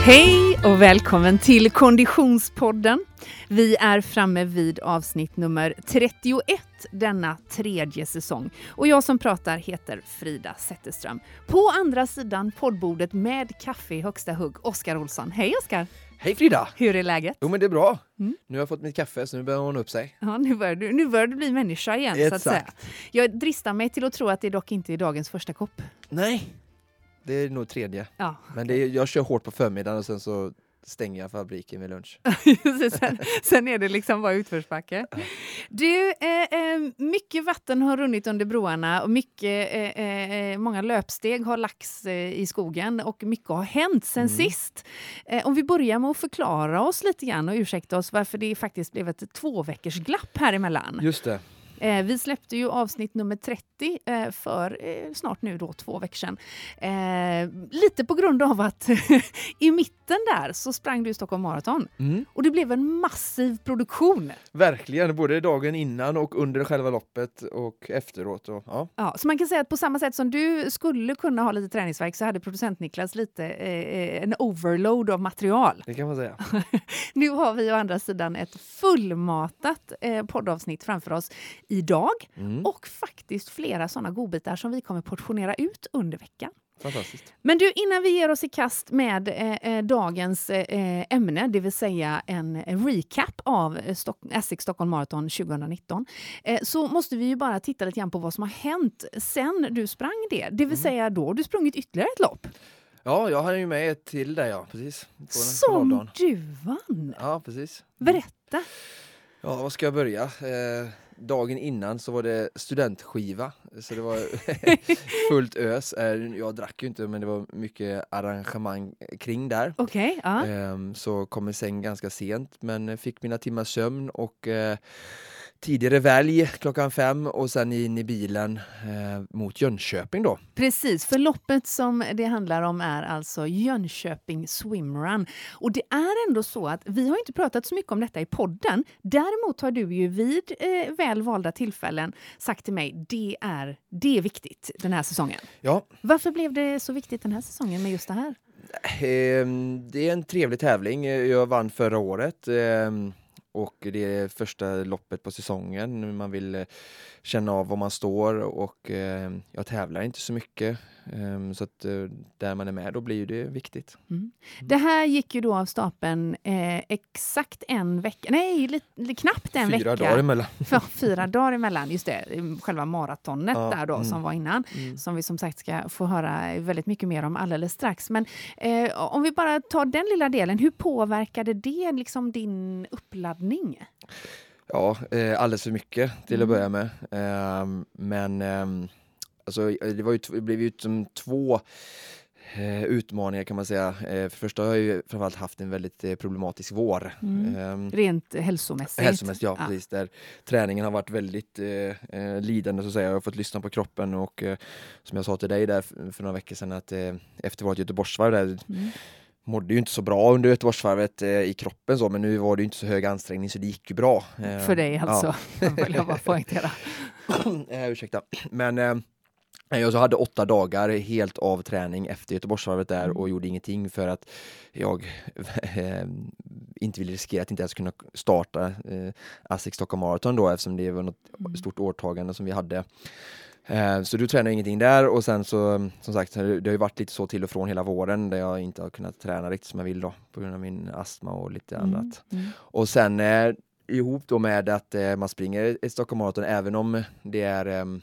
Hej och välkommen till Konditionspodden. Vi är framme vid avsnitt nummer 31 denna tredje säsong. Och jag som pratar heter Frida Zetterström. På andra sidan poddbordet med kaffe i högsta hugg, Oskar Olsson. Hej Oskar! Hej Frida! Hur är läget? Jo men det är bra. Nu har jag fått mitt kaffe så nu börjar hon upp sig. Ja, nu börjar du bli människa igen. Exakt. Så att säga. Jag dristar mig till att tro att det dock inte är dagens första kopp. Nej, det är nog tredje. Ja. Men jag kör hårt på förmiddagen och sen så stänger jag fabriken vid lunch. sen är det liksom bara utförsbacke. Du, mycket vatten har runnit under broarna och många löpsteg har lagts i skogen och mycket har hänt sen sist. Om vi börjar med att förklara oss lite grann och ursäkta oss varför det faktiskt blev ett 2 veckors glapp här emellan. Just det. Vi släppte ju avsnitt nummer 30 för snart nu då 2 veckor sedan. Lite på grund av att i mitten där så sprang du Stockholm Marathon. Och det blev en massiv produktion. Verkligen, både dagen innan och under själva loppet och efteråt. Ja, så man kan säga att på samma sätt som du skulle kunna ha lite träningsverk så hade producent Niklas lite en overload av material. Det kan man säga. Nu har vi å andra sidan ett fullmatat poddavsnitt framför oss idag och faktiskt flera sådana godbitar som vi kommer portionera ut under veckan. Fantastiskt. Men du, innan vi ger oss i kast med dagens ämne, det vill säga en recap av Essex Stockholm Marathon 2019, så måste vi ju bara titta lite grann på vad som har hänt sen du sprang det. Det vill säga då du sprungit ytterligare ett lopp. Ja, jag har ju med ett till där, ja, precis. Som du vann! Ja, precis. Berätta! Ja, vad ska jag börja? Dagen innan så var det studentskiva. Så det var fullt ös. Jag drack ju inte, men det var mycket arrangemang kring där. Okej, ja. Så kom i säng ganska sent, men fick mina timmars sömn och tidigare välj 5:00 och sen in i bilen mot Jönköping då. Precis, för loppet som det handlar om är alltså Jönköping Swimrun. Och det är ändå så att vi har inte pratat så mycket om detta i podden. Däremot har du ju vid välvalda tillfällen sagt till mig, det är viktigt den här säsongen. Ja. Varför blev det så viktigt den här säsongen med just det här? Det är en trevlig tävling. Jag vann förra året. Och det är första loppet på säsongen. Man vill känna av var man står och jag tävlar inte så mycket. Så att där man är med då blir det viktigt. Det här gick ju då av stapeln exakt en vecka. Nej, knappt en 4 vecka. 4 dagar emellan. 4 dagar emellan, just det. Själva maratonet där då som var innan. Som vi som sagt ska få höra väldigt mycket mer om alldeles strax. Men om vi bara tar den lilla delen. Hur påverkade det liksom din uppladdning? Ja, alldeles för mycket till att börja med. Men alltså, det blev ju som 2 utmaningar kan man säga. För första har jag ju framförallt haft en väldigt problematisk vår. Rent hälsomässigt. Hälsomässigt, ja. Precis. Där träningen har varit väldigt lidande så att säga. Jag har fått lyssna på kroppen och som jag sa till dig där för några veckor sedan att efter vårt Göteborgsvarv där mådde ju inte så bra under Göteborgsvarvet i kroppen så, men nu var det ju inte så hög ansträngning så det gick ju bra. För dig alltså, vill jag bara poängtera. Ursäkta. Men jag så hade 8 dagar helt av träning efter Göteborgsvarvet där och gjorde ingenting för att jag inte ville riskera att inte ens kunna starta Essex Stockholm Marathon då eftersom det var något stort åtagande som vi hade. Så du tränar ingenting där och sen så som sagt det har ju varit lite så till och från hela våren där jag inte har kunnat träna riktigt som jag vill då på grund av min astma och lite annat. Och sen ihop då med att man springer ett Stockholm Marathon även om det är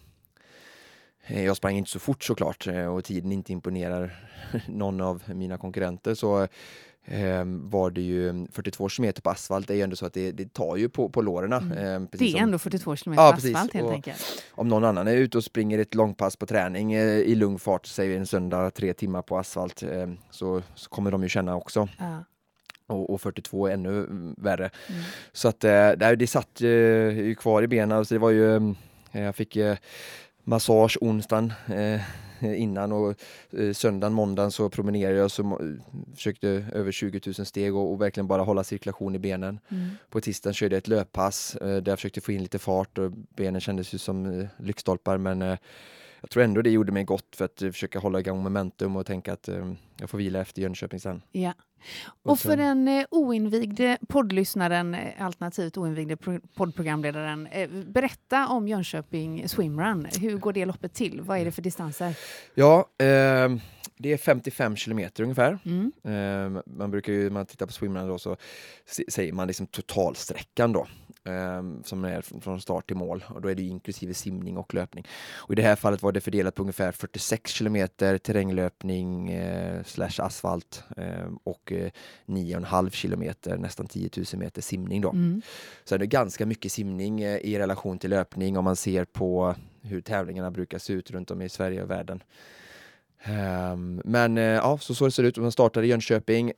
jag sprang inte så fort såklart och tiden inte imponerar någon av mina konkurrenter så var det ju 42 kilometer på asfalt. Det är ju ändå så att det tar ju på lårerna. Det är ändå 42 kilometer på asfalt helt enkelt. Om någon annan är ute och springer ett långpass på träning i lugn fart, säger en söndag 3 timmar på asfalt så kommer de ju känna också. Och 42 är ännu värre. Så att det satt ju kvar i benen. Så det var ju, jag fick massage onsdagen innan och söndagen, måndagen så promenerade jag så försökte över 20 000 steg och verkligen bara hålla cirkulation i benen. På tisdagen körde jag ett löppass där jag försökte få in lite fart och benen kändes ju som lyktstolpar men jag tror ändå det gjorde mig gott för att försöka hålla igång momentum och tänka att jag får vila efter Jönköping sen. Ja. Och för den oinvigde poddlyssnaren, alternativt oinvigde poddprogramledaren, berätta om Jönköping Swimrun. Hur går det loppet till? Vad är det för distanser? Ja, det är 55 kilometer ungefär. Man brukar ju, när man tittar på swimrun då, så säger man liksom totalsträckan då. Som är från start till mål, och då är det inklusive simning och löpning. Och i det här fallet var det fördelat på ungefär 46 kilometer terränglöpning / asfalt och 9,5 kilometer, nästan 10 000 meter simning då. Så är det ganska mycket simning i relation till löpning om man ser på hur tävlingarna brukar se ut runt om i Sverige och världen. Men ja, så det ser ut. Man startade i Jönköping.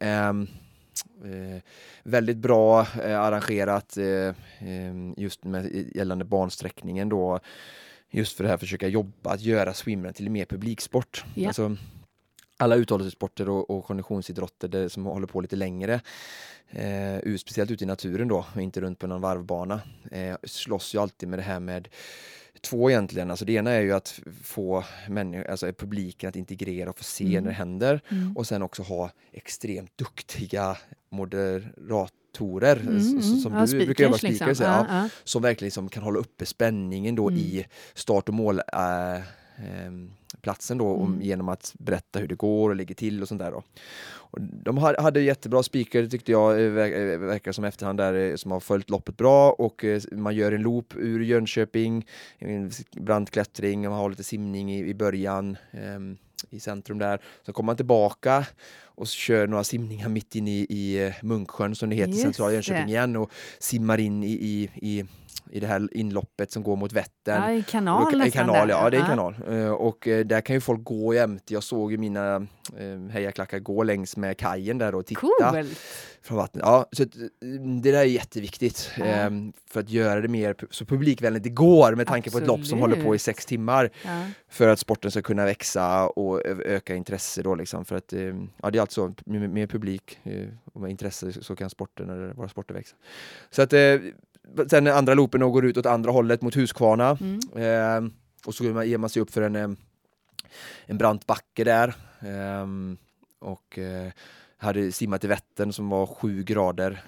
Väldigt bra arrangerat just med gällande bansträckningen då, just för det här försöka jobba att göra swimrun till mer publiksport. Alltså, alla uthållighetssporter och konditionsidrotter som håller på lite längre, speciellt ute i naturen då och inte runt på någon varvbana, slåss ju alltid med det här med två egentligen. Alltså det ena är ju att få alltså publiken att integrera och få se när det händer. Och sen också ha extremt duktiga moderatorer som du brukar jobba speakers liksom. Som verkligen liksom kan hålla uppe spänningen då i start- och mål platsen då, genom att berätta hur det går och ligger till och sånt där då. Och de hade jättebra speaker, tyckte jag, verkar som efterhand där, som har följt loppet bra, och man gör en loop ur Jönköping, en brandklättring, och man har lite simning i början i centrum där. Så kommer man tillbaka och kör några simningar mitt in i Munksjön som det heter, centrala Jönköping igen, och simmar in i det här inloppet som går mot Vättern. Ja, i kanal det är en kanal. Och där kan ju folk gå jämt. Jag såg ju mina hejaklackar gå längs med kajen där och titta från vattnet. Ja, så det där är jätteviktigt för att göra det mer så publikvänligt det går, med tanke på ett lopp som håller på i 6 timmar för att sporten ska kunna växa och öka intresse då liksom, för att det är alltså med publik och med intresse så kan våra sporter växa. Så att sen andra loopen går ut åt andra hållet mot Huskvarna. Och så ger man sig upp för en brant backe där. Och hade simmat i Vättern som var 7 grader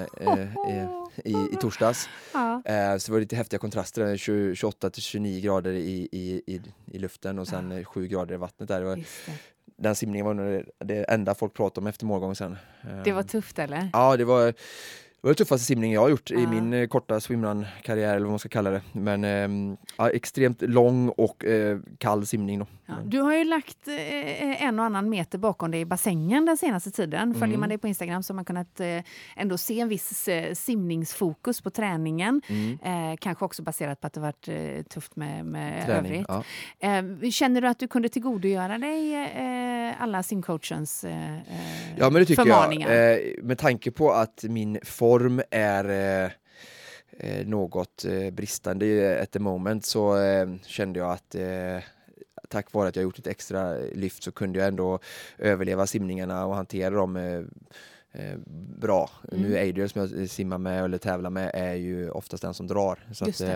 i torsdags. Så det var lite häftiga kontraster. 28 till 29 grader i luften och sen 7 grader i vattnet där. Den simningen var det enda folk pratade om efter målgången sen. Det var tufft, eller? Ja, det var den tuffaste simningen jag har gjort i min korta swimrun-karriär, eller vad man ska kalla det. Men extremt lång och kall simning då. Ja, du har ju lagt en och annan meter bakom dig i bassängen den senaste tiden. Följer man dig på Instagram så har man kunnat ändå se en viss simningsfokus på träningen. Kanske också baserat på att det varit tufft med träning, övrigt. Känner du att du kunde tillgodogöra dig alla simcoachens ja, men det tycker förmaningar? Jag. Med tanke på att min form är något bristande at the moment, så kände jag att tack vare att jag gjort ett extra lyft så kunde jag ändå överleva simningarna och hantera dem bra. Nu är Adrian som jag simmar med eller tävlar med är ju oftast den som drar. Så att,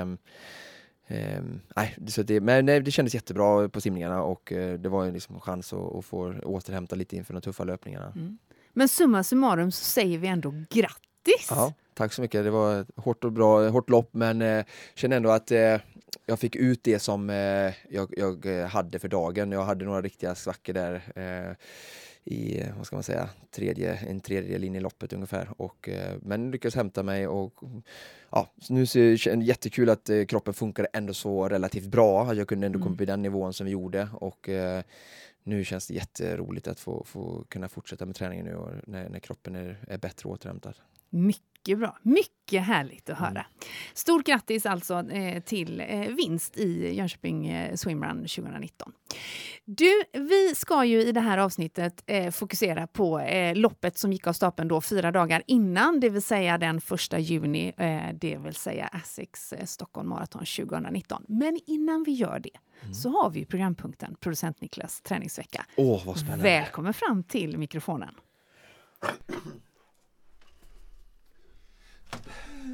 men det kändes jättebra på simningarna, och det var ju liksom en chans att få återhämta lite inför de tuffa löpningarna. Men summa summarum så säger vi ändå grattis! Ja, tack så mycket. Det var ett hårt lopp, men känner ändå att jag fick ut det som jag hade för dagen. Jag hade några riktiga svackor där i, vad ska man säga, en tredjedel in i loppet ungefär. Men lyckades hämta mig, och nu känns det jättekul att kroppen funkar ändå så relativt bra. Jag kunde ändå komma på den nivån som vi gjorde, och nu känns det jätteroligt att få kunna fortsätta med träningen nu, och när kroppen är bättre återhämtad. Mycket bra. Mycket härligt att höra. Stort grattis alltså till vinst i Jönköping Swimrun 2019. Du, vi ska ju i det här avsnittet fokusera på loppet som gick av stapeln då 4 dagar innan, det vill säga den 1 juni, det vill säga Asics Stockholm Marathon 2019. Men innan vi gör det så har vi programpunkten Producent Niklas träningsvecka. Vad spännande. Välkommen fram till mikrofonen.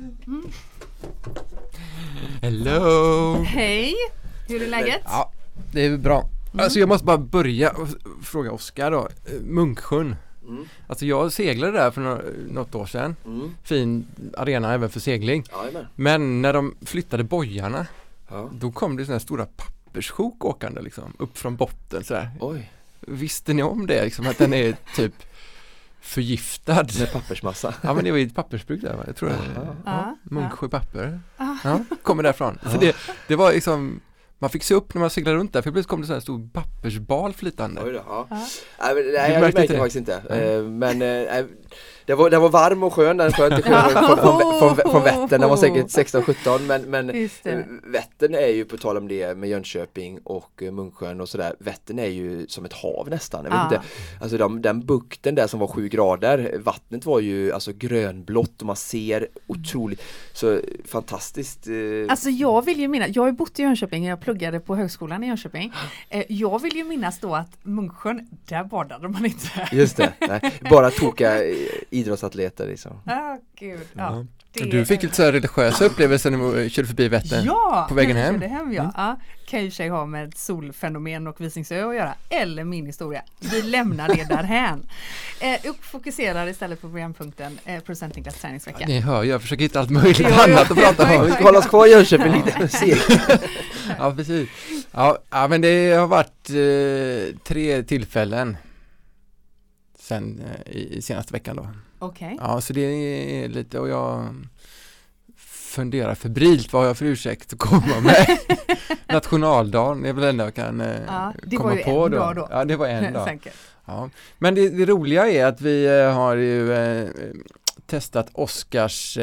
Hello! Hej! Hur är läget? Ja, det är bra. Alltså jag måste bara börja och fråga Oskar då. Munksjön. Alltså jag seglade där för något år sedan. Fin arena även för segling. Jajamän. Men när de flyttade bojarna, då kom det såna här stora papperssjok åkande liksom, upp från botten så här. Oj. Visste ni om det liksom, att den är typ förgiftad Med pappersmassa. Ja, men det var ju ett pappersbruk där, va? Jag tror det. Munksjö papper. Ja, kommer därifrån. Så det var liksom, man fick se upp när man seglade runt där, för plötsligt kom det så här stor pappersbal flytande. Oj då, Nej, jag märkte det faktiskt inte. Men det var varm och skön, den sjön till från Vättern. Den var säkert 16-17, men Vättern är ju, på tal om det med Jönköping och Munksjön och sådär, Vättern är ju som ett hav nästan. Jag vet inte, alltså den bukten där som var 7 grader, vattnet var ju alltså grönblått och man ser otroligt, så fantastiskt. Alltså jag vill ju minnas, jag har ju bott i Jönköping, jag pluggade på högskolan i Jönköping. Jag vill ju minnas då att Munksjön, där badade man inte. Just det, nej, bara toka idrottsatleter liksom. Gud. Du fick lite så här religiösa upplevelser när du körde förbi Vättern på vägen hem. Kan ju sig ha med solfenomen och Visingsö att göra, eller min historia. Vi lämnar det därhän. Och fokuserar istället på programpunkten Producent Niklas träningsvecka. Ni hör, jag försöker hitta allt möjligt annat att prata om. Vi ska hålla oss kvar i Jönköping lite. Ja, precis. Ja, men det har varit 3 tillfällen sen i senaste veckan då. Okej. Ja, så det är lite, och jag funderar febrilt vad jag har för ursäkt att komma med. Nationaldagen, det är väl ändå jag kan komma på då. Ja, det var en dag. Ja. Men det roliga är att vi har ju testat Oskars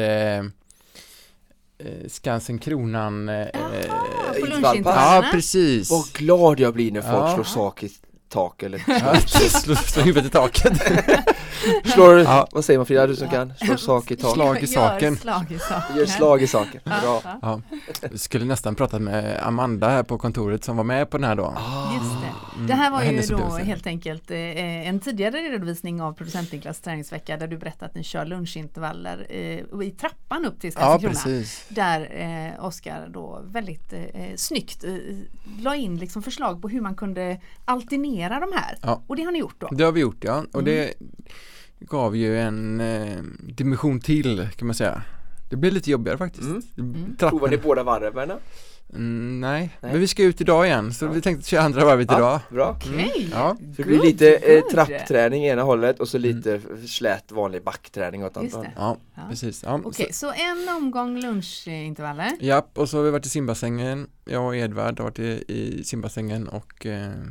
Skansen Kronan på lunchintervallerna. Ja, precis. Vad glad jag blir när folk slår sak i tak eller slår huvudet i taket. Vad säger man, Frida, du som kan? Slår sak i taket. Slag i saken. Gör slag i saken. Bra. Ja. Jag skulle nästan pratat med Amanda här på kontoret som var med på den här dagen. Just det. Det här var ju då helt enkelt en tidigare redovisning av Producent Niklas träningsvecka där du berättade att ni kör lunchintervaller i trappan upp till Skansen Krona. Precis. Där Oskar då väldigt snyggt la in liksom förslag på hur man kunde alternera de här. Ja. Och det har ni gjort då? Det har vi gjort, ja. Och det gav ju en dimension till, kan man säga. Det blir lite jobbigare faktiskt. Provar ni båda varven? Nej, men vi ska ut idag igen, så vi tänkte köra andra varvet idag. Bra. Okej. Ja. Det blir lite trappträning i ena hållet och så lite slät vanlig backträning åt andra. Ja, precis. Ja, Okej, så en omgång lunchintervaller. Japp, och så har vi varit i simbassängen. Jag och Edvard har varit i simbassängen och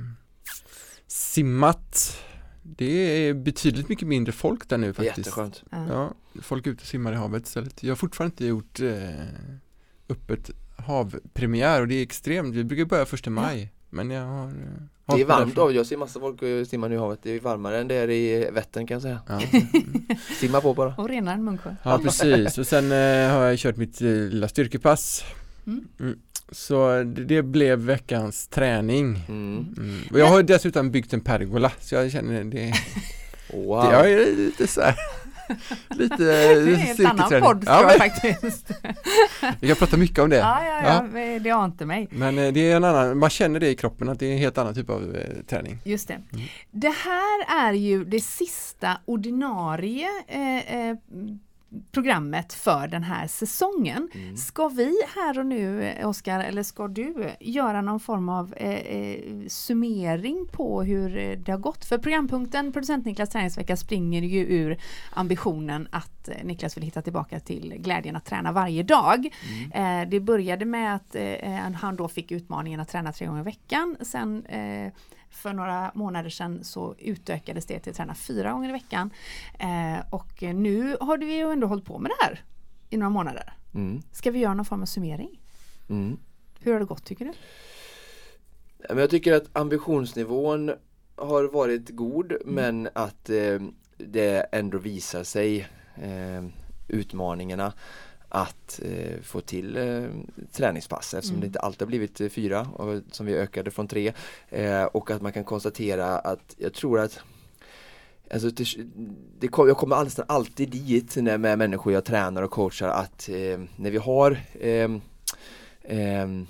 simmat. Det är betydligt mycket mindre folk där nu faktiskt. Jätteskönt. Ja, folk ute och simmar i havet istället. Jag har fortfarande inte gjort öppet havpremiär och det är extremt. Vi brukar börja 1 maj. Men jag har det är varmt då. Jag ser massa folk simma nu i havet. Det är varmare än det är i Vättern, kan jag säga. Ja. Simma på bara. Och renare än Munksjö. Ja, precis. Och sen har jag kört mitt lilla styrkepass. Så det blev veckans träning. Och jag har dessutom byggt en pergola, så jag känner det. Wow. Det är lite så här. Lite det är en annan podd faktiskt. Vi kan prata mycket om det. Ja, det ante mig. Men det är en annan, man känner det i kroppen att det är en helt annan typ av träning. Just det. Det här är ju det sista ordinarie programmet för den här säsongen. Ska vi här och nu, Oskar, eller ska du göra någon form av summering på hur det har gått? För programpunkten Producent Niklas träningsvecka springer ju ur ambitionen att Niklas vill hitta tillbaka till glädjen att träna varje dag. Det började med att han då fick utmaningen att träna 3 gånger i veckan. Sen för några månader sedan så utökades det till att träna 4 gånger i veckan. Och nu har vi ju ändå hållit på med det här i några månader. Ska vi göra någon form av summering? Hur har det gått, tycker du? Jag tycker att ambitionsnivån har varit god, men att det ändå visar sig utmaningarna att få till träningspass, eftersom det inte alltid har blivit 4 och som vi ökade från 3, och att man kan konstatera att jag tror att alltså jag kommer alltid dit med människor jag tränar och coachar, att när vi har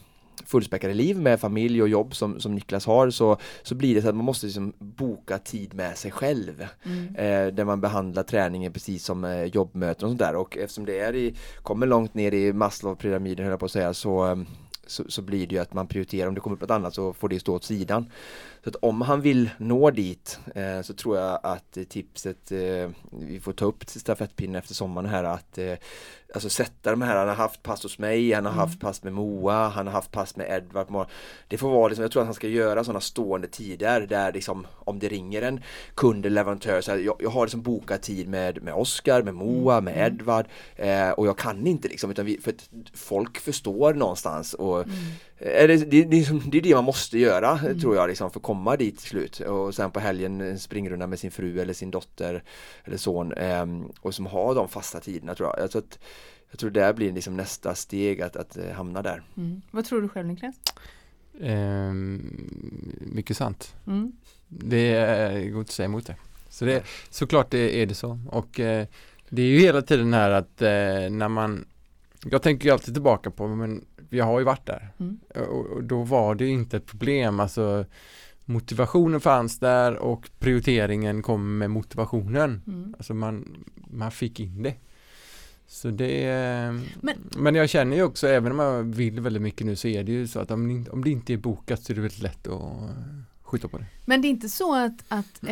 fullspäckade liv med familj och jobb som Niklas har, så blir det så att man måste liksom boka tid med sig själv. Där man behandlar träningen precis som jobbmöten och sånt där. Och eftersom det kommer långt ner i Maslow-pyramiden, höll jag på att säga, så blir det ju att man prioriterar. Om det kommer upp något annat så får det stå åt sidan. Så att om han vill nå dit så tror jag att tipset vi får ta upp stafettpinnen efter sommaren här, att alltså sätta de här, han har haft pass hos mig, han har haft pass med Moa, han har haft pass med Edvard. Det får vara liksom, jag tror att han ska göra sådana stående tider där liksom, om det ringer en kund eller leverantör, så här, jag har liksom bokat tid med Oskar, med Moa, med Edvard och jag kan inte liksom, utan för att folk förstår någonstans och det är det man måste göra, tror jag, liksom, för att komma dit till slut. Och sen på helgen en springrunda med sin fru eller sin dotter eller son och som har de fasta tiderna, tror jag. Jag tror det blir liksom nästa steg att hamna där. Vad tror du själv, Niklas? Mycket sant. Det är gott att säga emot det. Så såklart är det så. Och det är ju hela tiden här att när man, jag tänker ju alltid tillbaka på, men jag har ju varit där. Och då var det inte ett problem. Alltså motivationen fanns där och prioriteringen kom med motivationen. Alltså man fick in det. Så men jag känner ju också, även om jag vill väldigt mycket nu, så är det ju så att om det inte är bokat så är det väldigt lätt att skjuta på det. Men det är inte så att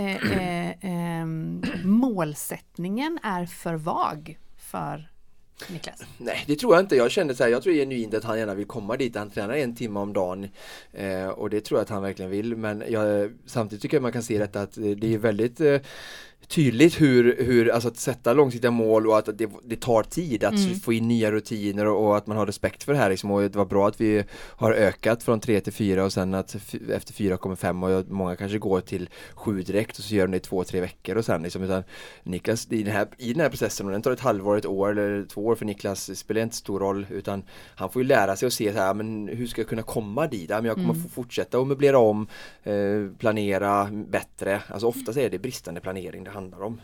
målsättningen är för vag för Niklas? Nej, det tror jag inte. Jag kände så här, jag tror genuint att han gärna vill komma dit. Han tränar 1 timme om dagen och det tror jag att han verkligen vill. Men samtidigt tycker jag man kan se detta att det är väldigt tydligt hur alltså att sätta långsiktiga mål och att det tar tid att få in nya rutiner och att man har respekt för det här liksom. Och det var bra att vi har ökat från 3 till 4 och sen att efter 4 kommer 5 och många kanske går till 7 direkt och så gör de det i 2-3 veckor och sen liksom, utan Niklas i den här processen, och den tar ett halvår, 1 år eller 2 år för Niklas, det spelar inte stor roll, utan han får ju lära sig och se så här, men hur ska jag kunna komma dit? Men jag kommer få fortsätta och möblera om, planera bättre. Alltså oftast är det bristande planering det handlar om.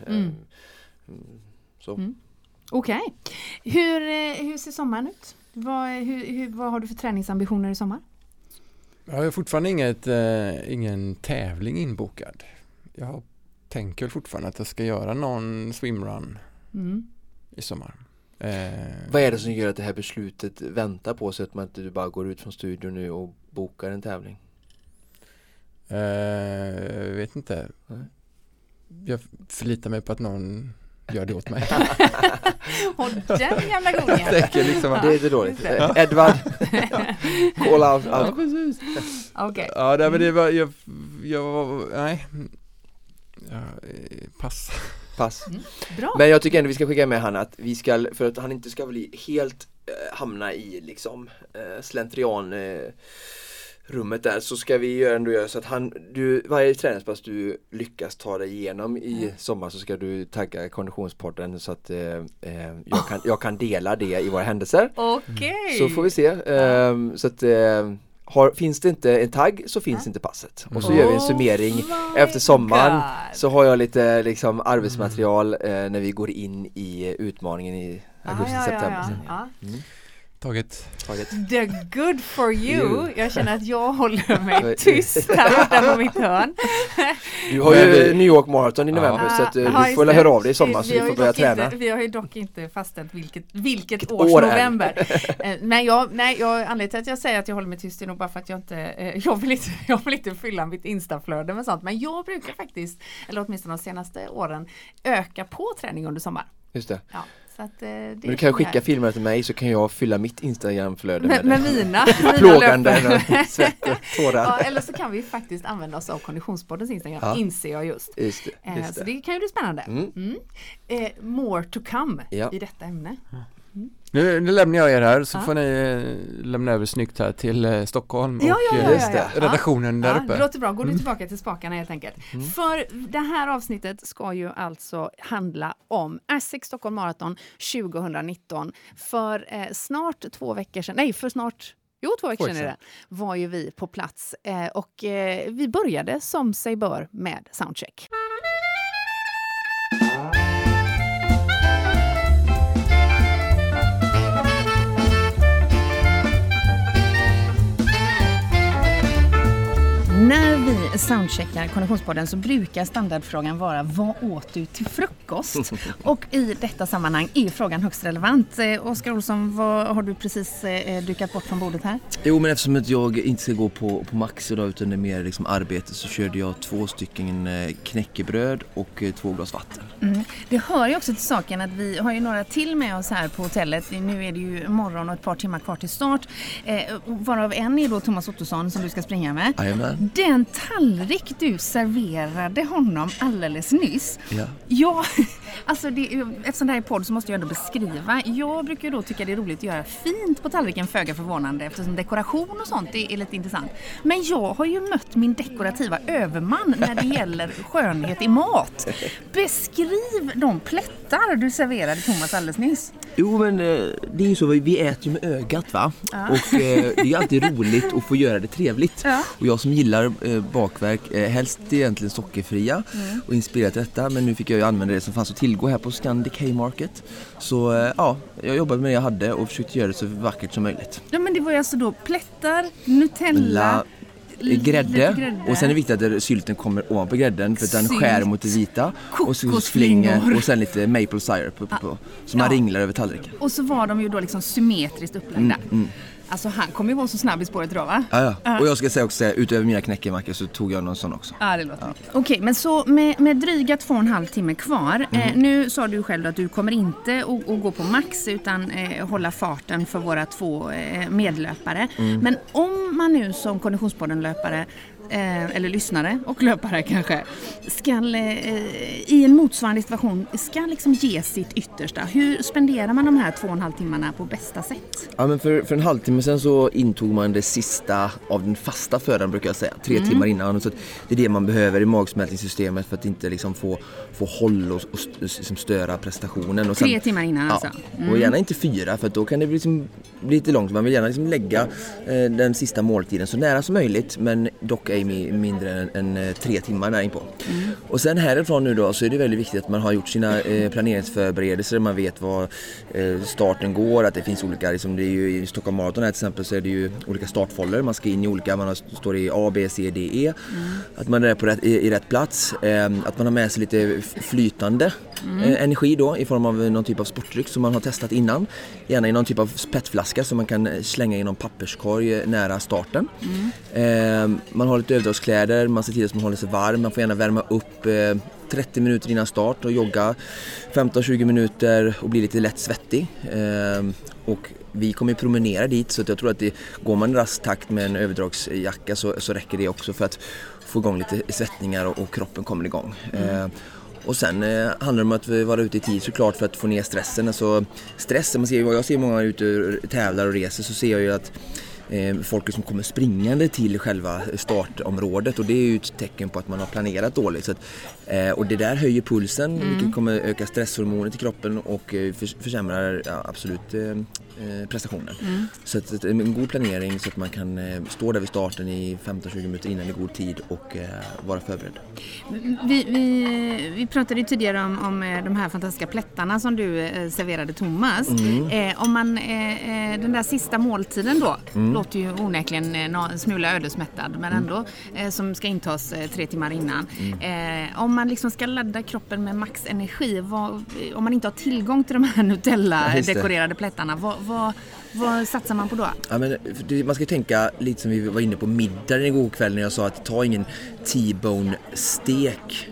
Okej. Hur ser sommaren ut? Vad har du för träningsambitioner i sommar? Jag har fortfarande ingen tävling inbokad. Jag tänker fortfarande att jag ska göra någon swimrun i sommar. Vad är det som gör att det här beslutet väntar på sig, att man inte bara går ut från studion nu och bokar en tävling? Jag vet inte. Jag förlitar mig på att någon gör det åt mig. Och den jävla gången. Liksom, det är inte dåligt. Edvard. Call out. Ja, precis. Okej. Ja, men det var nej. Pass. Bra. Men jag tycker ändå vi ska skicka med han att vi ska, för att han inte ska bli helt hamna i liksom slentrian rummet där, så ska vi ändå göra så att varje träningspass du lyckas ta dig igenom i sommar, så ska du tagga Konditionspodden så att jag kan dela det i våra händelser. Okej. Så får vi se. Så att finns det inte en tagg så finns inte passet. Och så gör vi en summering efter sommaren. Så har jag lite liksom arbetsmaterial när vi går in i utmaningen i augusti-september. Taget. The good for you. Jag känner att jag håller mig tyst här på mitt hörn. Du har ju New York Marathon i november, så att du får höra av dig i sommar, så vi får börja träna. Vi har ju dock inte fastställt vilket års november. Men anledningen till att jag säger att jag håller mig tyst är nog bara för att jag vill inte fylla mitt Instaflöde med sånt. Men jag brukar faktiskt, eller åtminstone de senaste åren, öka på träning under sommar. Just det. Ja. Så att, du kan skicka filmer till mig, så kan jag fylla mitt Instagramflöde med mina plågande svett och tårar. Ja, eller så kan vi faktiskt använda oss av Konditionspoddens Instagram, inser jag just. Just det. Så det kan ju bli spännande. More to come i detta ämne. Nu lämnar jag er här, så får ni lämna över snyggt här till Stockholm och redaktionen där uppe. Det låter bra. Går du tillbaka till spakarna helt enkelt. För det här avsnittet ska ju alltså handla om Asics Stockholm Marathon 2019. För snart 2 veckor sedan, 2 veckor sedan är det, var ju vi på plats. Och vi började som sig bör med soundcheck. soundcheckar Konditionspodden så brukar standardfrågan vara: vad åt du till frukost? Och i detta sammanhang är frågan högst relevant. Oskar Olsson, vad har du precis dukat bort från bordet här? Jo, men eftersom att jag inte ska gå på Max idag utan det är mer liksom arbete, så körde jag 2 stycken knäckebröd och 2 glas vatten. Det hör ju också till saken att vi har ju några till med oss här på hotellet. Nu är det ju morgon och ett par timmar kvar till start. Varav en är då Thomas Ottosson som du ska springa med. Amen. Den tallrik du serverade honom alldeles nyss. Ja, alltså eftersom det här är podd så måste jag ändå beskriva. Jag brukar då tycka det är roligt att göra fint på tallriken, föga förvånande, eftersom dekoration och sånt är lite intressant. Men jag har ju mött min dekorativa överman när det gäller skönhet i mat. Beskriv de plättar du serverade Thomas alldeles nyss. Jo, men det är ju så, vi äter ju med ögat, va? Ja. Och det är ju alltid roligt att få göra det trevligt. Ja. Och jag som gillar bakverk, helst egentligen sockerfria och inspirerat detta, men nu fick jag ju använda det som fanns att tillgå här på Scandic Haymarket. Så jag jobbade med det jag hade och försökte göra det så vackert som möjligt. Ja, men det var ju alltså då plättar, Nutella, grädde. Och sen är det viktigt att sylten kommer ovanpå grädden för att den skär mot det vita och så flingar och sen lite maple syrup på som man ringlar över tallriken. Och så var de ju då liksom symmetriskt upplagda. Alltså han kommer ju vara så snabb i spåret idag, va? Ja. Och jag ska säga också, utöver mina knäckemackor så tog jag någon sån också. Ja, det låter. Okej, men så med dryga 2,5 timmar kvar. Nu sa du själv att du kommer inte att gå på Max utan hålla farten för våra 2 medlöpare. Men om man nu som Konditionspodden-löpare eller lyssnare och löpare kanske ska i en motsvarande situation ska liksom ge sitt yttersta. Hur spenderar man de här 2,5 timmarna på bästa sätt? Ja, men för en halvtimme sedan så intog man det sista av den fasta födan, brukar jag säga. 3 timmar innan. Så det är det man behöver i magsmältningssystemet för att inte liksom få håll och liksom störa prestationen. Och sen, 3 timmar innan alltså? Och gärna inte 4, för att då kan det bli lite långt. Man vill gärna liksom lägga den sista måltiden så nära som möjligt, men dock mindre än 3 timmar där inpå. Och sen härifrån nu då så är det väldigt viktigt att man har gjort sina planeringsförberedelser, man vet var starten går, att det finns olika, liksom det är ju i Stockholm Marathon här till exempel så är det ju olika startfållor, man ska in i olika, man står i A, B, C, D, E, att man är på i rätt plats, att man har med sig lite flytande energi då i form av någon typ av sportdryck som man har testat innan, gärna i någon typ av petflaska som man kan slänga i någon papperskorg nära starten. Man har lite överdragskläder, man ser till att man håller sig varm, man får gärna värma upp 30 minuter innan start och jogga 15-20 minuter och bli lite lätt svettig. Och vi kommer promenera dit, så att jag tror att går man i rask takt med en överdragsjacka så räcker det också för att få igång lite svettningar och kroppen kommer igång. Och sen handlar det om att vara ute i tid såklart för att få ner stressen. Alltså stressen, jag ser många ute tävlar och reser, så ser jag ju att folk som kommer springande till själva startområdet, och det är ju ett tecken på att man har planerat dåligt. Så att, och det där höjer pulsen, vilket kommer öka stresshormonet i kroppen och försämrar absolut prestationen. Så att en god planering så att man kan stå där vid starten i 15-20 minuter innan i god tid och vara förberedd. Vi pratade ju tidigare om de här fantastiska plättarna som du serverade Thomas. Om man den där sista måltiden då låter ju onekligen en smula ödesmättad, men ändå som ska intas 3 timmar innan. Om man liksom ska ladda kroppen med max energi, om man inte har tillgång till de här Nutella-dekorerade plättarna, vad satsar man på då? Ja, men man ska tänka lite som vi var inne på middagen igår kväll när jag sa att ta ingen T-bone-stek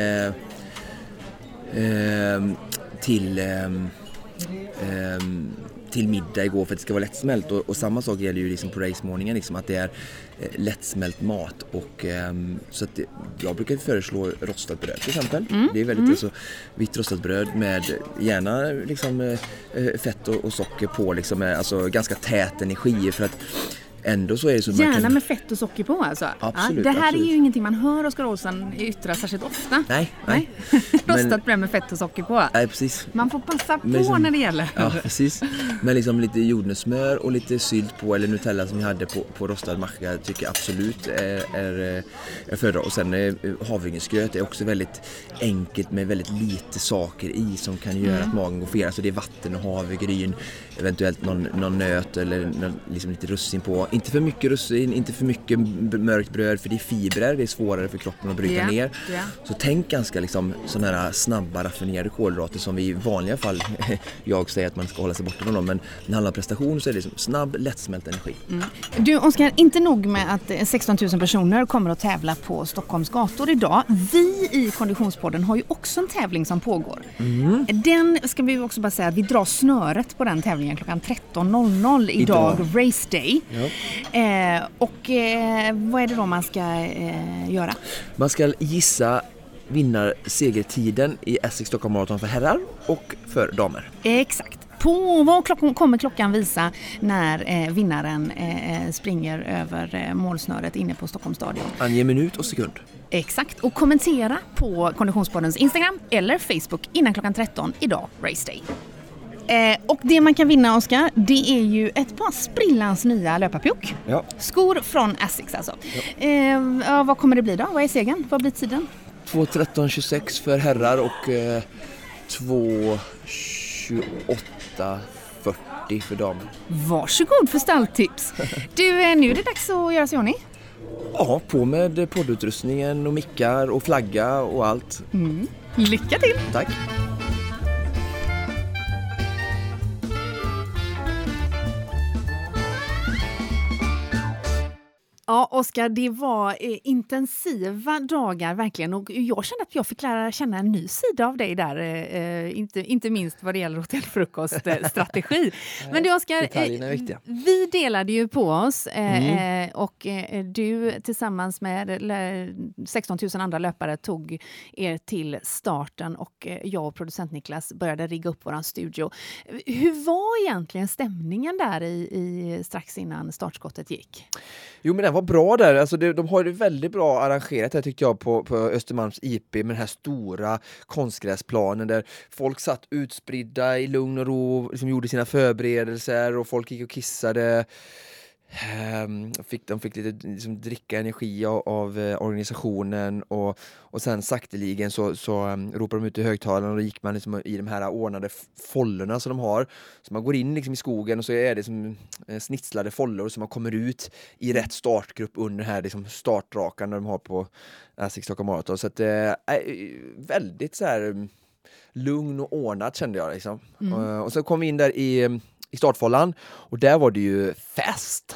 till middag igår för att det ska vara lättsmält, och samma sak gäller ju liksom på race-morningen, liksom att det är lättsmält mat, och så att jag brukar föreslå rostat bröd till exempel. Det är väldigt alltså, vitt rostat bröd med gärna liksom fett och socker på, liksom, alltså ganska tät energi, för att ändå så är det så gärna man kan... med fett och socker på alltså. Absolut, det här absolut. är ju ingenting man hör Oskar Olsson yttra särskilt ofta. Nej. Rostat bröd med fett och socker på. Nej, precis. Man får passa på liksom, när det gäller. Ja, precis. Men liksom lite jordnötssmör och lite sylt på, eller Nutella som vi hade på rostad macka, tycker jag absolut är föredra. Och sen havregrynsgröt är också väldigt enkelt med väldigt lite saker i som kan göra att magen går fel. Alltså det är vatten och havregryn, eventuellt någon nöt eller liksom lite russin på. Inte för mycket russin, inte för mycket mörkt bröd, för det är fibrer, det är svårare för kroppen att bryta ner. Så tänk ganska liksom sådana här snabba raffinerade kolhydrater som vi i vanliga fall, jag säger att man ska hålla sig borta från dem, men när det handlar om prestation så är det liksom snabb, lättsmält energi. Du Oskar, inte nog med att 16 000 personer kommer att tävla på Stockholms gator idag. Vi i Konditionspodden har ju också en tävling som pågår. Den ska vi också bara säga att vi drar snöret på den tävlingen klockan 13.00 idag, Race Day. Vad är det då man ska göra? Man ska gissa segertiden i Essex Stockholm Marathon för herrar och för damer. Exakt. Kommer klockan visa när vinnaren springer över målsnöret inne på Stockholms stadion. Ange minut och sekund. Exakt. Och kommentera på Konditionspoddens Instagram eller Facebook innan klockan 13 idag, Race Day. Och det man kan vinna, Oskar, det är ju ett par sprillans nya löparpjuck. Ja. Skor från Essex alltså. Vad kommer det bli då? Vad är segern? Vad blir tiden? 2:13.26 för herrar och 2:28.40 för damer. Varsågod för stalltips. Du, nu är det dags att göra sig ordning. Ja, på med poddutrustningen och mickar och flagga och allt. Lycka till! Tack! Ja, Oskar, det var intensiva dagar verkligen, och jag kände att jag fick lära känna en ny sida av dig där, inte minst vad det gäller hotellfrukoststrategi. Men du Oskar, detaljerna är viktiga. Vi delade ju på oss och du tillsammans med 16 000 andra löpare tog er till starten och jag och producent Niklas började rigga upp våran studio. Hur var egentligen stämningen där i strax innan startskottet gick? Jo, men den var bra där. Alltså de har det väldigt bra arrangerat här tyckte jag på Östermalms IP med den här stora konstgräsplanen där folk satt utspridda i lugn och ro, liksom gjorde sina förberedelser och folk gick och kissade. De fick lite liksom, dricka energi av organisationen och sen sakteligen så ropade de ut i högtalarna och då gick man liksom i de här ordnade follorna som de har. Så man går in liksom i skogen och så är det som snitslade follor som man kommer ut i rätt startgrupp under här liksom startrakan de har på Essex Stockholm Marathon. Så att väldigt så här lugn och ordnat kände jag liksom. Och så kom vi in där i startfållan och där var det ju fest.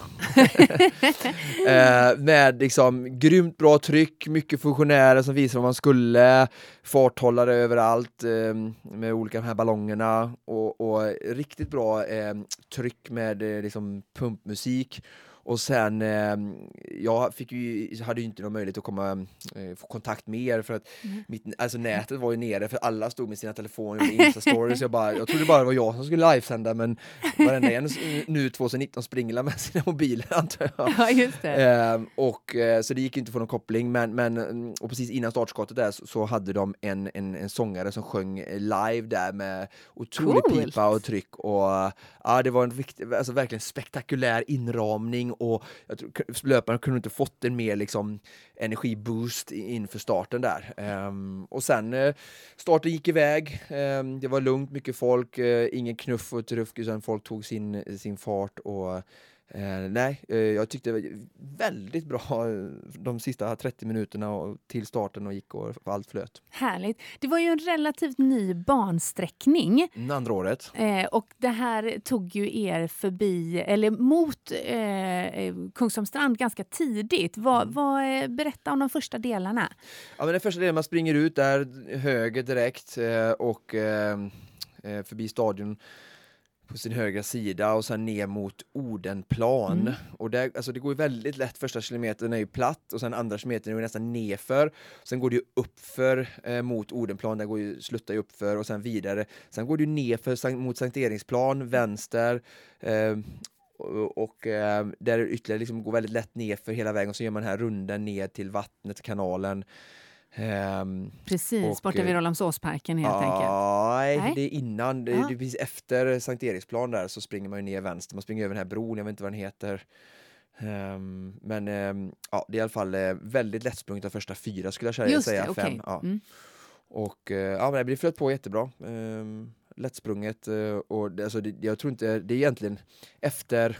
Med liksom grymt bra tryck, mycket funktionärer som visar vad man skulle, farthållare överallt med olika de här ballongerna och riktigt bra tryck med liksom pumpmusik. Och sen, jag hade ju inte någon möjlighet att få kontakt med er för att nätet var ju nere för alla stod med sina telefoner och Insta-stories. Jag trodde bara det var jag som skulle livesända, men varenda en nu 2019 springer med sina mobiler antar jag. Ja, just det. Så det gick inte att få någon koppling, men och precis innan startskottet där så hade de en sångare som sjöng live där med otrolig pipa och tryck och ja, det var en verkligen spektakulär inramning. Och jag tror löparna kunde inte fått en mer liksom energiboost inför starten där. Och sen starten gick iväg. Det var lugnt, mycket folk, ingen knuff och truff utan folk tog sin fart och jag tyckte det var väldigt bra de sista 30 minuterna och till starten och gick och allt flöt. Härligt. Det var ju en relativt ny bansträckning. Andra året. Och det här tog ju er förbi, eller mot Kungsholmstrand ganska tidigt. Berätta om de första delarna. Ja, men den första delen man springer ut där höger direkt och förbi stadion på sin högra sida och sen ner mot Odenplan. Och där, alltså det går ju väldigt lätt, första kilometern är ju platt och sen andra kilometern är ju nästan nerför. Sen går det ju uppför mot Odenplan, där sluttar ju uppför och sen vidare. Sen går det ju nerför mot Sankt Eriksplan, vänster och där ytterligare liksom går väldigt lätt nerför hela vägen och så gör man den här runden ner till vattnet, kanalen. Precis, borta vid Rålambshovsparken helt enkelt. Nej, det är innan. Det är precis efter Sankt Eriksplan där så springer man ju ner vänster. Man springer över den här bron, jag vet inte vad den heter. Men det är i alla fall väldigt lättsprunget av första 4 skulle jag säga. Just det, 5. Ja. Och men det blir flöt på jättebra. lättsprunget. Och det, alltså jag tror inte, det är egentligen efter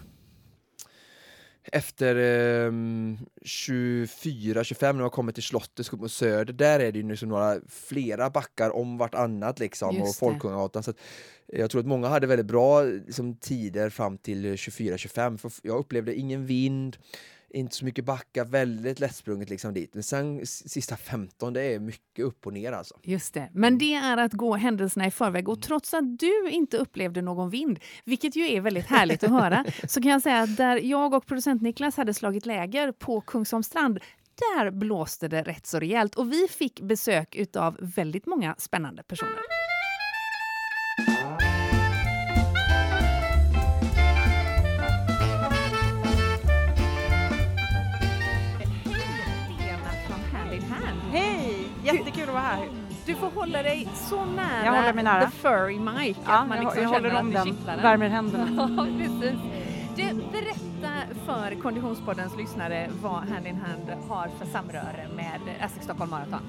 24-25 när man kommer till slottet och Söder, där är det ju liksom flera backar om vartannat liksom, och Folkungagatan. Så att jag tror att många hade väldigt bra liksom, tider fram till 24-25, för jag upplevde ingen vind, inte så mycket backar, väldigt lättsprunget liksom dit. Men sen sista 15, det är mycket upp och ner alltså. Just det, men det är att gå händelserna i förväg, och trots att du inte upplevde någon vind, vilket ju är väldigt härligt att höra, så kan jag säga att där jag och producent Niklas hade slagit läger på Kungsholmstrand, där blåste det rätt så rejält, och vi fick besök utav väldigt många spännande personer. Jättekul att vara här. Du får hålla dig så nära, jag håller mig nära. The Furry Mic. Ja, att man liksom jag håller om den, värmer händerna. Ja, precis. Du, berätta för Konditionspoddens lyssnare vad Hand in Hand har för samröre med ASICS Stockholm Marathon.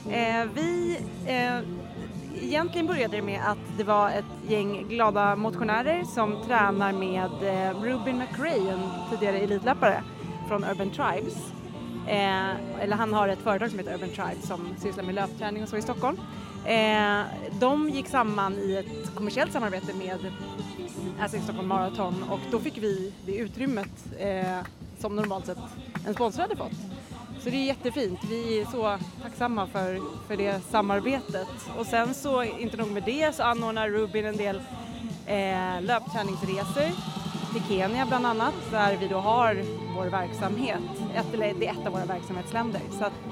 Egentligen började det med att det var ett gäng glada motionärer som tränar med Rubin McRae, en tidigare elitlöpare från Urban Tribes. Eller han har ett företag som heter Urban Tribes som sysslar med löpträning och så i Stockholm. De gick samman i ett kommersiellt samarbete med ASICS Stockholm Marathon, och då fick vi det utrymmet som normalt sett en sponsor hade fått. Så det är jättefint. Vi är så tacksamma för det samarbetet. Och sen så, inte nog med det, så anordnar Rubin en del löpträningsresor till Kenya bland annat, där vi då har vår verksamhet. Det är ett av våra verksamhetsländer. Så att,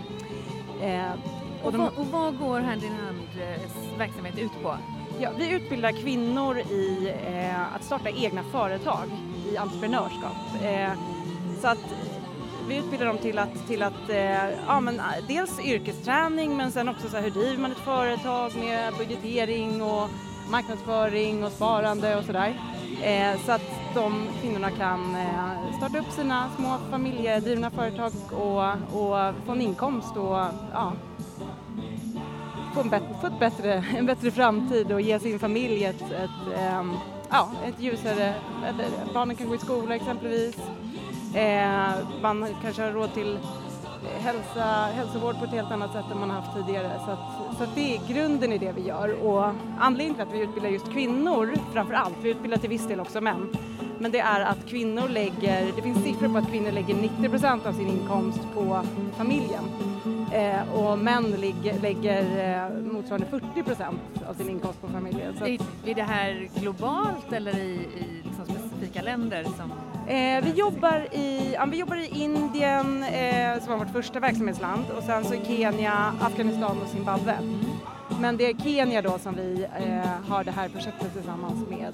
och vad går Hand in Hand verksamhet ut på? Ja, vi utbildar kvinnor i att starta egna företag i entreprenörskap. Så att vi utbildar dem till att dels yrkesträning, men sen också så här, hur driver man ett företag med budgetering och marknadsföring och sparande och sådär. Så att de kvinnorna kan starta upp sina små familjedrivna företag och få en inkomst och få en bättre framtid och ge sin familj ett ljusare, barnen kan gå i skola exempelvis. Man kanske har råd till hälsovård på ett helt annat sätt än man har haft tidigare. Så att det är grunden i det vi gör. Och anledningen till att vi utbildar just kvinnor framför allt, vi utbildar till viss del också män, men det är att kvinnor det finns siffror på att kvinnor lägger 90% av sin inkomst på familjen. Och män lägger motsvarande 40% av sin inkomst på familjen. Så är det här globalt eller i liksom specifika länder? Vi jobbar i Indien som var vårt första verksamhetsland, och sen så i Kenya, Afghanistan och Zimbabwe. Men det är Kenya då som vi har det här projektet tillsammans med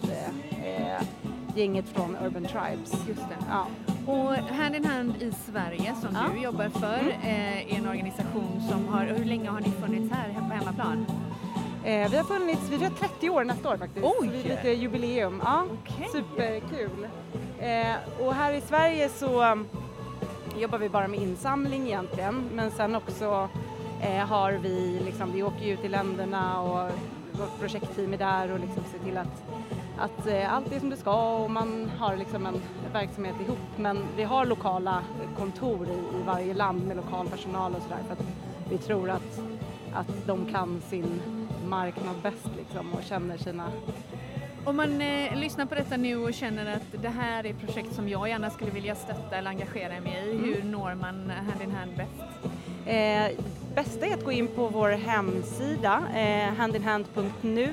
gänget från Urban Tribes. Just det. Ja. Och Hand in Hand i Sverige som du jobbar för är en organisation som hur länge har ni funnits här på hemmaplan? Vi har 30 år nästa år faktiskt. Oj! Lite jubileum. Ja, okay. Superkul. Och här i Sverige så jobbar vi bara med insamling egentligen, men sen också har vi vi åker ut i länderna och vårt projektteam är där och ser till att allt är som det ska, och man har en verksamhet ihop, men vi har lokala kontor i varje land med lokal personal och sådär, för att vi tror att de kan sin marknad bäst och känner sina. Om man lyssnar på detta nu och känner att det här är ett projekt som jag gärna skulle vilja stötta eller engagera mig i, hur når man Hand in Hand bäst? Bästa är att gå in på vår hemsida handinhand.nu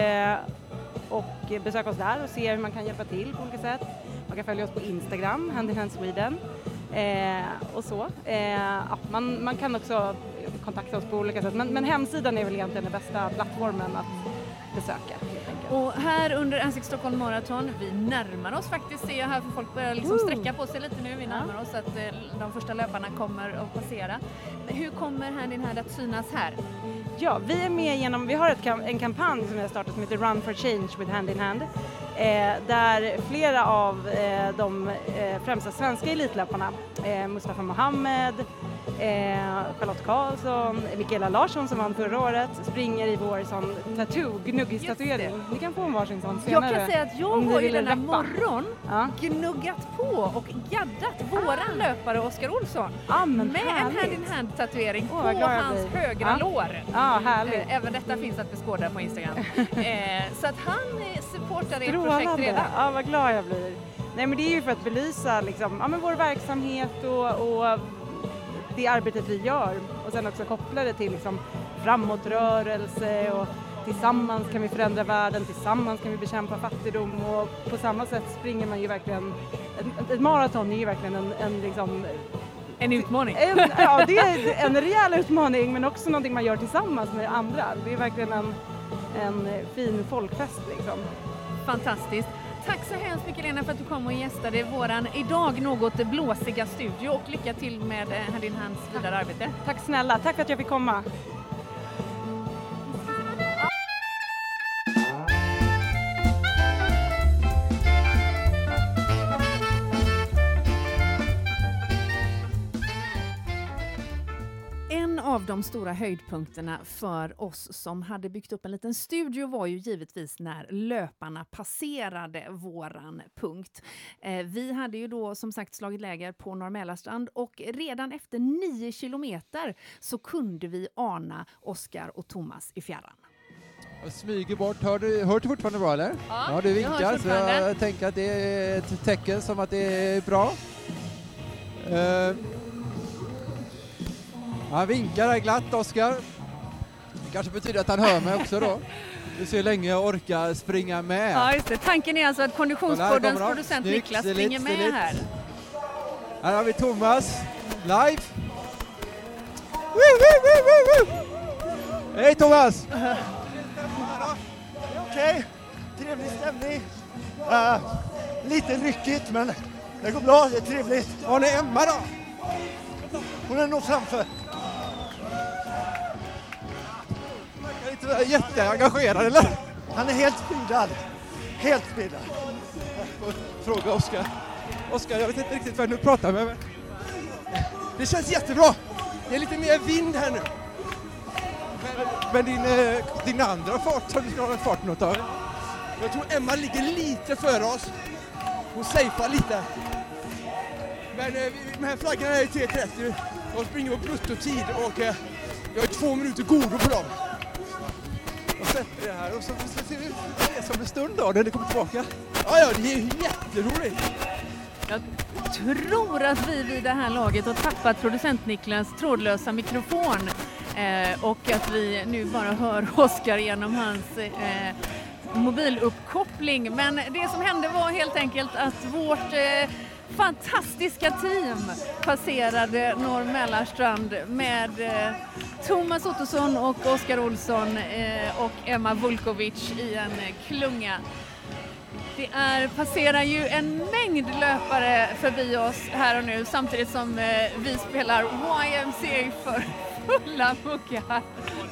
och besöka oss där och se hur man kan hjälpa till på olika sätt. Man kan följa oss på Instagram, Hand in Hand Sweden och så. Man kan också kontakta oss på olika sätt, men hemsidan är väl egentligen den bästa plattformen att besöka. Och här under ASICS Stockholm Marathon, vi närmar oss faktiskt, ser jag här, för folk börjar sträcka på sig lite nu, vi närmar oss att de första löparna kommer att passera. Hur kommer Hand in Hand att synas här? Ja, vi är med vi har en kampanj som vi har startat som heter Run for Change with Hand in Hand, där flera av de främsta svenska elitlöparna, Mustafa Mohamed, Charlotte Karlsson, Mikaela Larsson som vann förra året springer i vår sån gnuggis-tatuering. Ni kan få en varsin sån senare. Jag kan säga att jag har ju denna morgon gnuggat på och gaddat våran löpare Oskar Olsson med en hand-in-hand-tatuering på hans högra lår. Härligt. Även detta finns att beskåda på Instagram. Så att han supportar ert projekt redan. Ja, vad glad jag blir. Nej, men det är ju för att belysa liksom, vår verksamhet och det arbetet vi gör och sen också koppla det till liksom, framåtrörelse och tillsammans kan vi förändra världen, tillsammans kan vi bekämpa fattigdom och på samma sätt springer man ju verkligen, ett maraton är ju verkligen en utmaning. Ja, det är en rejäl utmaning men också någonting man gör tillsammans med andra. Det är verkligen en fin folkfest liksom. Fantastiskt. Tack så hemskt mycket Lena för att du kom och gästade våran idag något blåsiga studio och lycka till med din hands vidare arbete. Tack snälla, tack för att jag fick komma. En av de stora höjdpunkterna för oss som hade byggt upp en liten studio var ju givetvis när löparna passerade våran punkt. Vi hade ju då som sagt slagit läger på Norr Mälarstrand och redan efter 9 kilometer så kunde vi ana Oskar och Thomas i fjärran. Jag smyger bort. Hör du fortfarande bra eller? Ja, du vinkar så jag tänker att det är ett tecken som att det är bra. Han vinkar här glatt, Oskar. Det kanske betyder att han hör mig också då. Du ser hur länge jag orkar springa med. Ja, just det. Tanken är alltså att Konditionspoddens producent Niklas springer med här. Här har vi Thomas, live. Hej Thomas! Okej, trevlig stämning. Lite ryckigt men det går bra, det är trevligt. Var är Emma då? Hon är nog framför. Inte jätteengagerad eller? Han är helt speedad. Helt speedad. Fråga Oskar. Oskar, jag vet inte riktigt vad du pratar med. Det känns jättebra. Det är lite mer vind här nu. Men din andra fart som du ska ha fart något av. Jag tror Emma ligger lite före oss. Hon safear lite. Men de här flaggarna är 3.30. De springer på bruttotid och jag har 2 minuter godo på dem. Och sätter det här och så ser vi det som en stund då när det kommer tillbaka. Ja, det är jätteroligt. Jag tror att vi vid det här laget har tappat producent Niklas trådlösa mikrofon och att vi nu bara hör Oskar genom hans mobiluppkoppling. Men det som hände var helt enkelt att vårt fantastiska team passerade Norr Mälarstrand med Thomas Ottosson och Oskar Olsson och Emma Vulkovic i en klunga. Det passerar ju en mängd löpare förbi oss här och nu samtidigt som vi spelar YMCA för fulla muggar.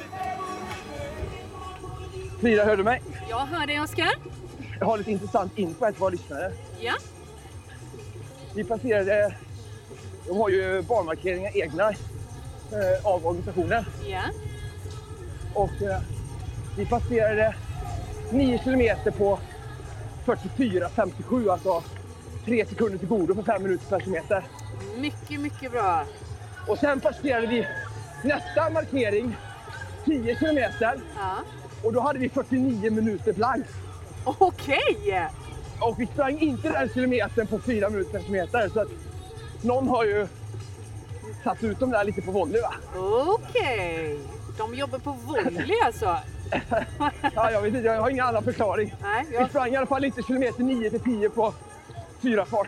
Frida, hör du mig? Jag hör dig, Oskar. Jag har lite intressant info här till våra lyssnare. Ja. Vi passerade, de har ju barnmarkeringar egna av organisationen. Ja. Och vi passerade 9 kilometer på 44,57, alltså 3 sekunder till godo för 5 minuter per kilometer. Mycket, mycket bra. Och sen passerade vi nästa markering, 10 kilometer. Ja. Och då hade vi 49 minuter blank. Okej! Och vi sprang inte den kilometern på 4 minuter per kilometer. Så att någon har ju satt ut dem där lite på volley, va? Okej. De jobbar på volley alltså? Ja, jag vet inte. Jag har ingen annan förklaring. Nej, Vi sprang i alla fall inte kilometer 9-10 på 4 fart.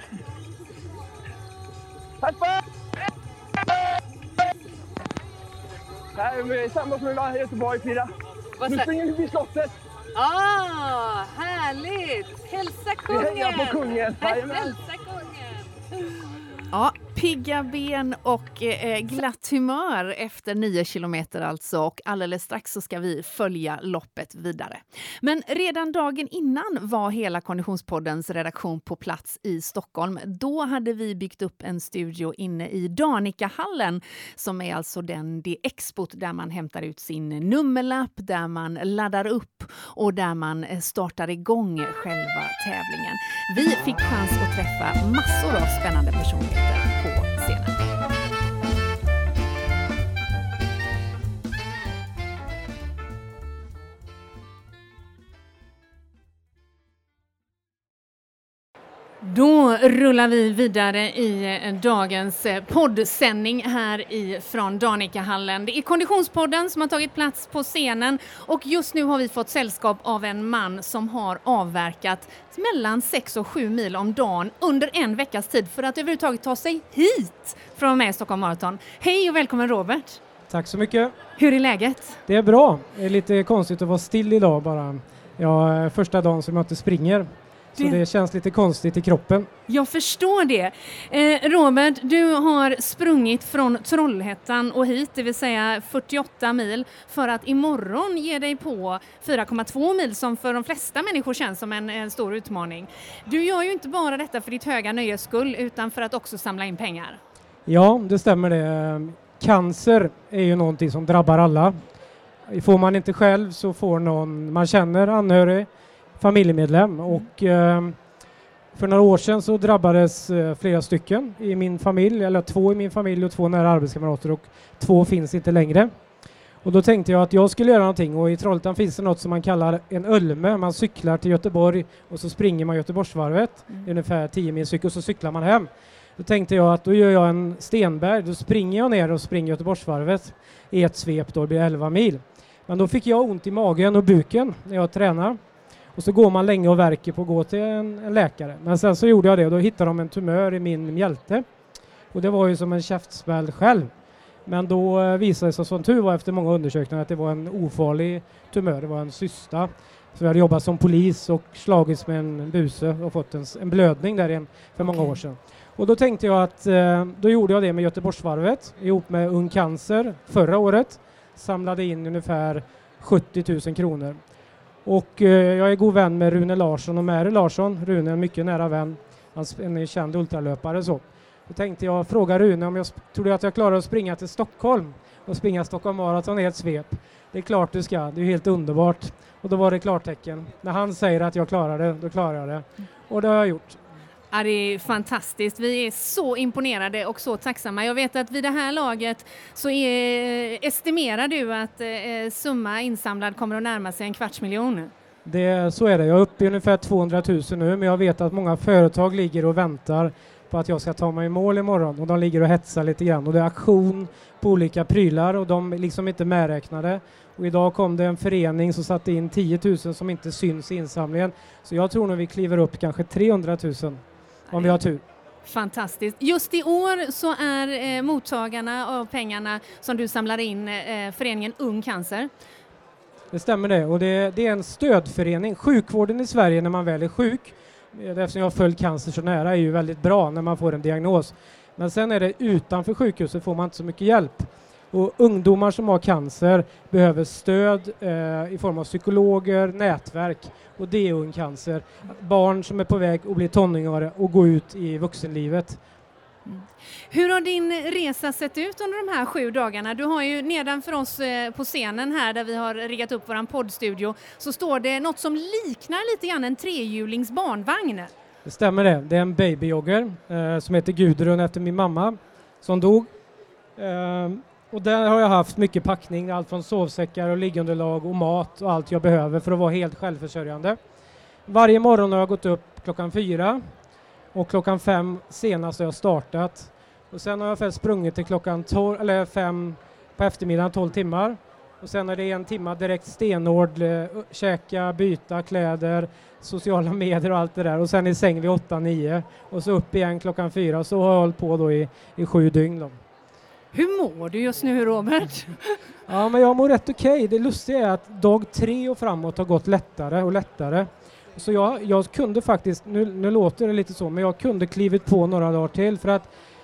Hoppa! Här är samma som i Göteborg, Frida. Nu springer vi vid slottet. Härligt! Hälsa kungen! Vi hejar på kungen. Hälsa kungen! Ja, Pigga ben och glatt humör efter 9 kilometer alltså, och alldeles strax så ska vi följa loppet vidare. Men redan dagen innan var hela Konditionspoddens redaktion på plats i Stockholm. Då hade vi byggt upp en studio inne i Danica-hallen, som är alltså det expot där man hämtar ut sin nummerlapp, där man laddar upp och där man startar igång själva tävlingen. Vi fick chans att träffa massor av spännande personligheter på scenen. Då rullar vi vidare i dagens poddsändning här från Danica-hallen. Det är Konditionspodden som har tagit plats på scenen, och just nu har vi fått sällskap av en man som har avverkat mellan 6 och 7 mil om dagen under en veckas tid för att överhuvudtaget ta sig hit från med Stockholm Marathon. Hej och välkommen Robert! Tack så mycket! Hur är läget? Det är bra. Det är lite konstigt att vara still idag bara. Första dagen som jag inte springer. Så det känns lite konstigt i kroppen. Jag förstår det. Robert, du har sprungit från Trollhättan och hit, det vill säga 48 mil, för att imorgon ge dig på 4,2 mil som för de flesta människor känns som en stor utmaning. Du gör ju inte bara detta för ditt höga nöjes skull, utan för att också samla in pengar. Ja, det stämmer det. Cancer är ju någonting som drabbar alla. Får man inte själv så får någon man känner, anhörig, familjemedlem, och för några år sedan så drabbades flera stycken i min familj, eller 2 i min familj och 2 nära arbetskamrater, och 2 finns inte längre. Och då tänkte jag att jag skulle göra någonting, och i Trollhättan finns det något som man kallar en ölme. Man cyklar till Göteborg och så springer man Göteborgsvarvet, ungefär 10 mil cykel, och så cyklar man hem. Då tänkte jag att då gör jag en Stenberg, då springer jag ner och springer Göteborgsvarvet i ett svep, då blir det 11 mil. Men då fick jag ont i magen och buken när jag tränar. Och så går man länge och verkar på att gå till en läkare. Men sen så gjorde jag det, och då hittade de en tumör i min mjälte. Och det var ju som en käftsmäll själv. Men då visade det sig, som tur var efter många undersökningar, att det var en ofarlig tumör. Det var en cysta. Så jag hade jobbat som polis och slagits med en buse och fått en blödning där för många år sedan. Och då tänkte jag att då gjorde jag det med Göteborgsvarvet ihop med Ung Cancer förra året. Samlade in ungefär 70 000 kronor. Och jag är god vän med Rune Larsson och Mary Larsson. Rune är en mycket nära vän. Han är en känd ultralöpare. Så. Då tänkte jag fråga Rune om jag trodde att jag klarar att springa till Stockholm och springa Stockholm Marathon i ett svep. Det är klart du ska. Det är helt underbart. Och då var det klartecken. När han säger att jag klarar det, då klarar jag det. Och det har jag gjort. Ja, det är fantastiskt. Vi är så imponerade och så tacksamma. Jag vet att vid det här laget så estimerar du att summa insamlad kommer att närma sig 250 000. Så är det. Jag är uppe i ungefär 200 000 nu, men jag vet att många företag ligger och väntar på att jag ska ta mig i mål imorgon, och de ligger och hetsar lite grann. Och det är aktion på olika prylar, och de är liksom inte medräknade. Och idag kom det en förening som satte in 10 000 som inte syns i insamlingen. Så jag tror nog vi kliver upp kanske 300 000 om vi har tur. Fantastiskt. Just i år så är mottagarna av pengarna som du samlar in föreningen Ung Cancer. Det stämmer det, och det är en stödförening. Sjukvården i Sverige när man väl är sjuk, eftersom jag har följt cancer så nära, är ju väldigt bra när man får en diagnos. Men sen är det utanför sjukhuset får man inte så mycket hjälp. Och ungdomar som har cancer behöver stöd i form av psykologer, nätverk, och det är Ung Cancer. Barn som är på väg att bli tonåringar och gå ut i vuxenlivet. Hur har din resa sett ut under de här 7 dagarna? Du har ju nedanför oss på scenen här där vi har riggat upp våran poddstudio, så står det något som liknar lite grann en 3-hjulings barnvagn. Det stämmer det. Det är en babyjogger som heter Gudrun efter min mamma som dog. Och där har jag haft mycket packning, allt från sovsäckar och liggunderlag och mat och allt jag behöver för att vara helt självförsörjande. Varje morgon har jag gått upp klockan 4 och klockan 5 senast har jag startat. Och sen har jag först sprungit till klockan 5 på eftermiddagen, 12 timmar. Och sen är det 1 timme direkt stenhård, käka, byta kläder, sociala medier och allt det där. Och sen i säng vid 8-9 och så upp igen klockan 4. Så har jag hållit på då i 7 dygn då. Hur mår du just nu, Robert? Ja, men jag mår rätt okej. Det lustiga är att dag 3 och framåt har gått lättare och lättare. Så jag kunde faktiskt, nu låter det lite så, men jag kunde klivit på några dagar till för att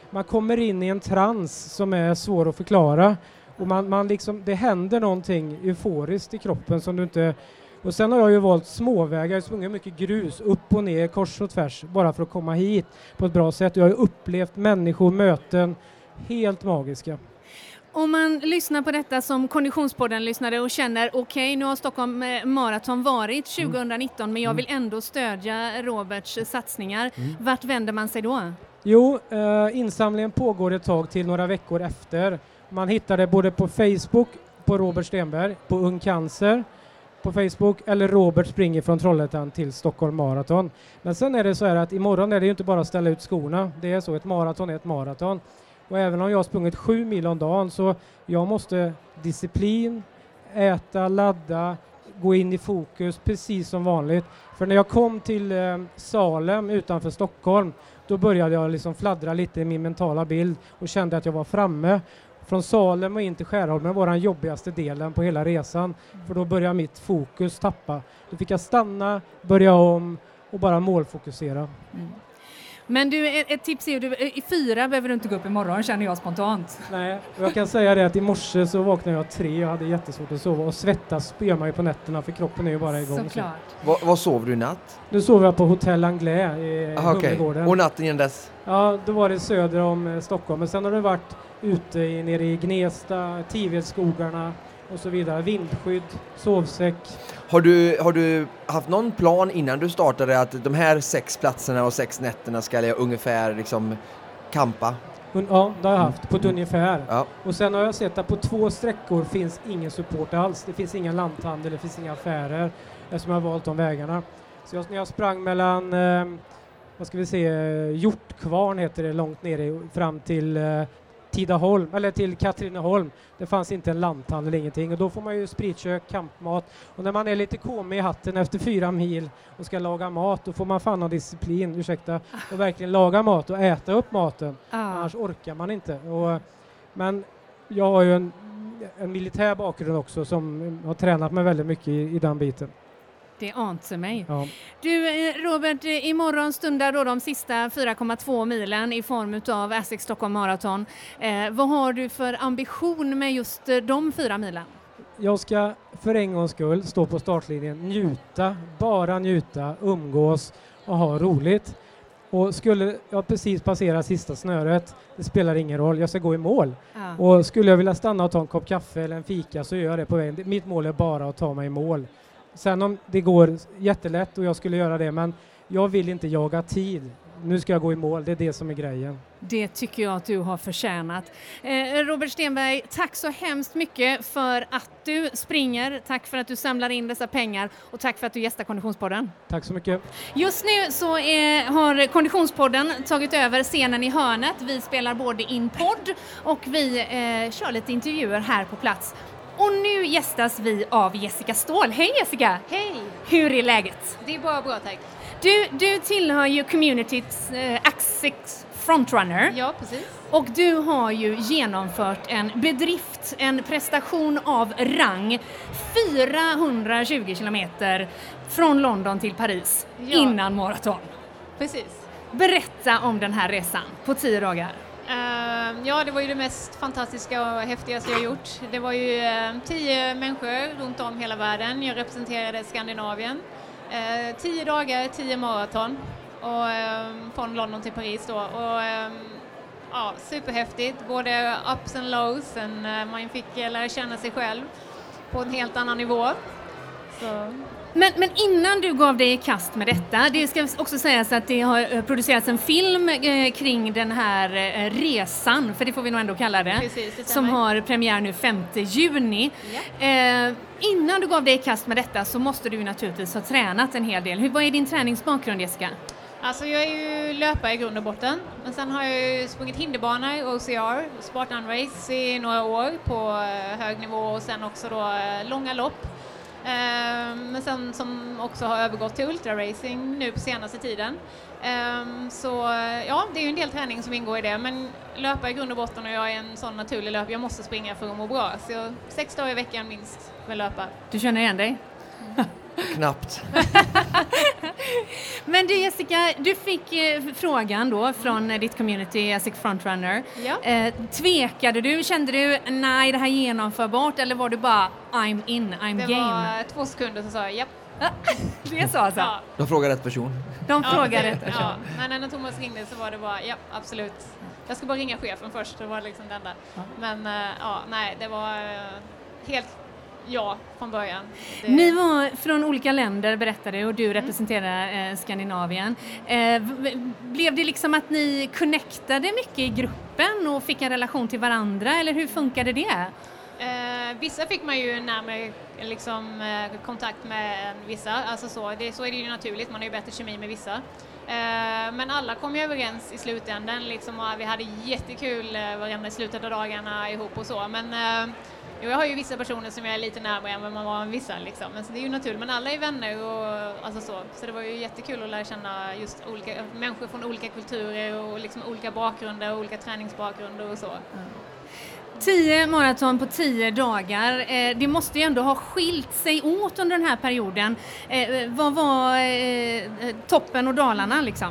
man kommer in i en trans som är svår att förklara. Och man liksom, det händer någonting euforiskt i kroppen som du inte... Och sen har jag ju valt småvägar, jag har sprungit mycket grus, upp och ner, kors och tvärs, bara för att komma hit på ett bra sätt. Jag har ju upplevt människor, möten, helt magiska. Om man lyssnar på detta som Konditionspodden-lyssnare och känner okej, nu har Stockholm Marathon varit 2019 men jag vill ändå stödja Roberts satsningar. Vart vänder man sig då? Jo, insamlingen pågår ett tag till några veckor efter. Man hittar det både på Facebook, på Robert Stenberg, på Ung Cancer, på Facebook, eller Robert springer från Trollhättan till Stockholm Marathon. Men sen är det så här att imorgon är det ju inte bara att ställa ut skorna. Det är så, ett maraton är ett maraton. Och även om jag har sprungit 7 mil om dagen så jag måste disciplin, äta, ladda, gå in i fokus precis som vanligt. För när jag kom till Salem utanför Stockholm, då började jag liksom fladdra lite i min mentala bild och kände att jag var framme. Från Salem och in till Skärholmen var den jobbigaste delen på hela resan. För då började mitt fokus tappa. Då fick jag stanna, börja om och bara målfokusera. Men du, ett tips är ju, i 4 behöver du inte gå upp imorgon, känner jag spontant. Nej, och jag kan säga det att i morse så vaknade jag 3 och hade jättesvårt att sova. Och svettas spyr man ju på nätterna för kroppen är ju bara igång. Såklart. Vad sov du i natt? Nu sov jag på Hotell Anglais i Humlegården. Och natten igen dess? Ja, då var det söder om Stockholm. Men sen har det varit ute nere i Gnesta, Tivedsskogarna och så vidare. Vindskydd, sovsäck. Har du haft någon plan innan du startade att de här 6 platserna och 6 nätterna ska jag ungefär liksom kampa? Ja, det har jag haft på ett ungefär. Ja. Och sen har jag sett att på 2 sträckor finns ingen support alls. Det finns ingen lanthandel, det finns inga affärer eftersom jag har valt de vägarna. Så när jag sprang mellan, Hjortkvarn heter det, långt nere fram till Tidaholm, eller till Katrineholm. Det fanns inte en lanthandel eller ingenting. Och då får man ju spritkök, kampmat. Och när man är lite komig i hatten efter 4 mil och ska laga mat, då får man fan ha disciplin, och verkligen laga mat och äta upp maten. Annars orkar man inte. Men jag har ju en militär bakgrund också som har tränat mig väldigt mycket i den biten. Det ante mig. Ja. Du Robert, imorgon stundar då de sista 4,2 milen i form av Asics Stockholm Marathon. Vad har du för ambition med just de 4 milen? Jag ska för en gångs skull stå på startlinjen, njuta, bara njuta, umgås och ha roligt. Och skulle jag precis passera sista snöret, det spelar ingen roll, jag ska gå i mål. Och skulle jag vilja stanna och ta en kopp kaffe eller en fika så gör jag det på vägen. Mitt mål är bara att ta mig i mål. Sen om det går jättelätt och jag skulle göra det, men jag vill inte jaga tid. Nu ska jag gå i mål, det är det som är grejen. Det tycker jag att du har förtjänat. Robert Stenberg, tack så hemskt mycket för att du springer. Tack för att du samlar in dessa pengar och tack för att du gästar Konditionspodden. Tack så mycket. Just nu så har Konditionspodden tagit över scenen i hörnet. Vi spelar både in podd och vi kör lite intervjuer här på plats. Och nu gästas vi av Jessica Ståhl. Hej Jessica! Hej! Hur är läget? Det är bara bra, tack. Du tillhör ju communityts Asics frontrunner. Ja, precis. Och du har ju genomfört en bedrift, en prestation av rang. 420 kilometer från London till Paris innan maraton. Precis. Berätta om den här resan på 10 dagar. Ja, det var ju det mest fantastiska och häftigaste jag gjort. Det var ju 10 människor runt om hela världen. Jag representerade Skandinavien. 10 dagar, 10 maraton och från London till Paris då. Och ja, superhäftigt. Både ups and lows. Man fick lära känna sig själv på en helt annan nivå. Så. Men innan du gav dig i kast med detta, det ska också sägas att det har producerats en film kring den här resan, för det får vi nog ändå kalla det, precis, som har premiär nu 5 juni. Ja. Innan du gav dig i kast med detta så måste du naturligtvis ha tränat en hel del. Vad är din träningsbakgrund, Jessica? Alltså jag är ju löpare i grund och botten, men sen har jag ju sprungit hinderbana, OCR, Spartan Race i några år på hög nivå och sen också då långa lopp. Men sen som också har övergått till ultraracing nu på senaste tiden. Så ja, det är ju en del träning som ingår i det, men löpa i grund och botten och jag är en sån naturlig löp. Jag måste springa för att må bra, så 6 dagar i veckan minst med löpa. Du känner igen dig? Knappt. Men du Jessica, du fick frågan då från ditt community Asic Frontrunner. Ja. Tvekade du? Kände du nej det här är genomförbart eller var du bara I'm in, I'm det game? Det var 2 sekunder så sa jag japp. Det sa alltså? Ja. De frågar rätt person. Frågade rätt person. Ja. Men när Thomas ringde så var det bara ja, absolut. Jag ska bara ringa chefen först, det var liksom den där. Ja. Men nej, det var helt från början. Ni var från olika länder berättade och du representerar Skandinavien. Blev det liksom att ni connectade mycket i gruppen och fick en relation till varandra eller hur funkade det? Vissa fick man ju närmare liksom, kontakt med vissa, alltså så är det ju naturligt, man har ju bättre kemi med vissa. Men alla kom ju överens i slutändan liksom, och vi hade jättekul varenda i slutet av dagarna ihop och så, men jag har ju vissa personer som jag är lite närmare än vad man var med vissa liksom, men så det är ju naturligt, men alla är vänner och alltså så det var ju jättekul att lära känna just olika människor från olika kulturer och liksom olika bakgrunder och olika träningsbakgrunder och så. 10 maraton på 10 dagar. Det måste ju ändå ha skilt sig åt under den här perioden. Vad var toppen och dalarna liksom?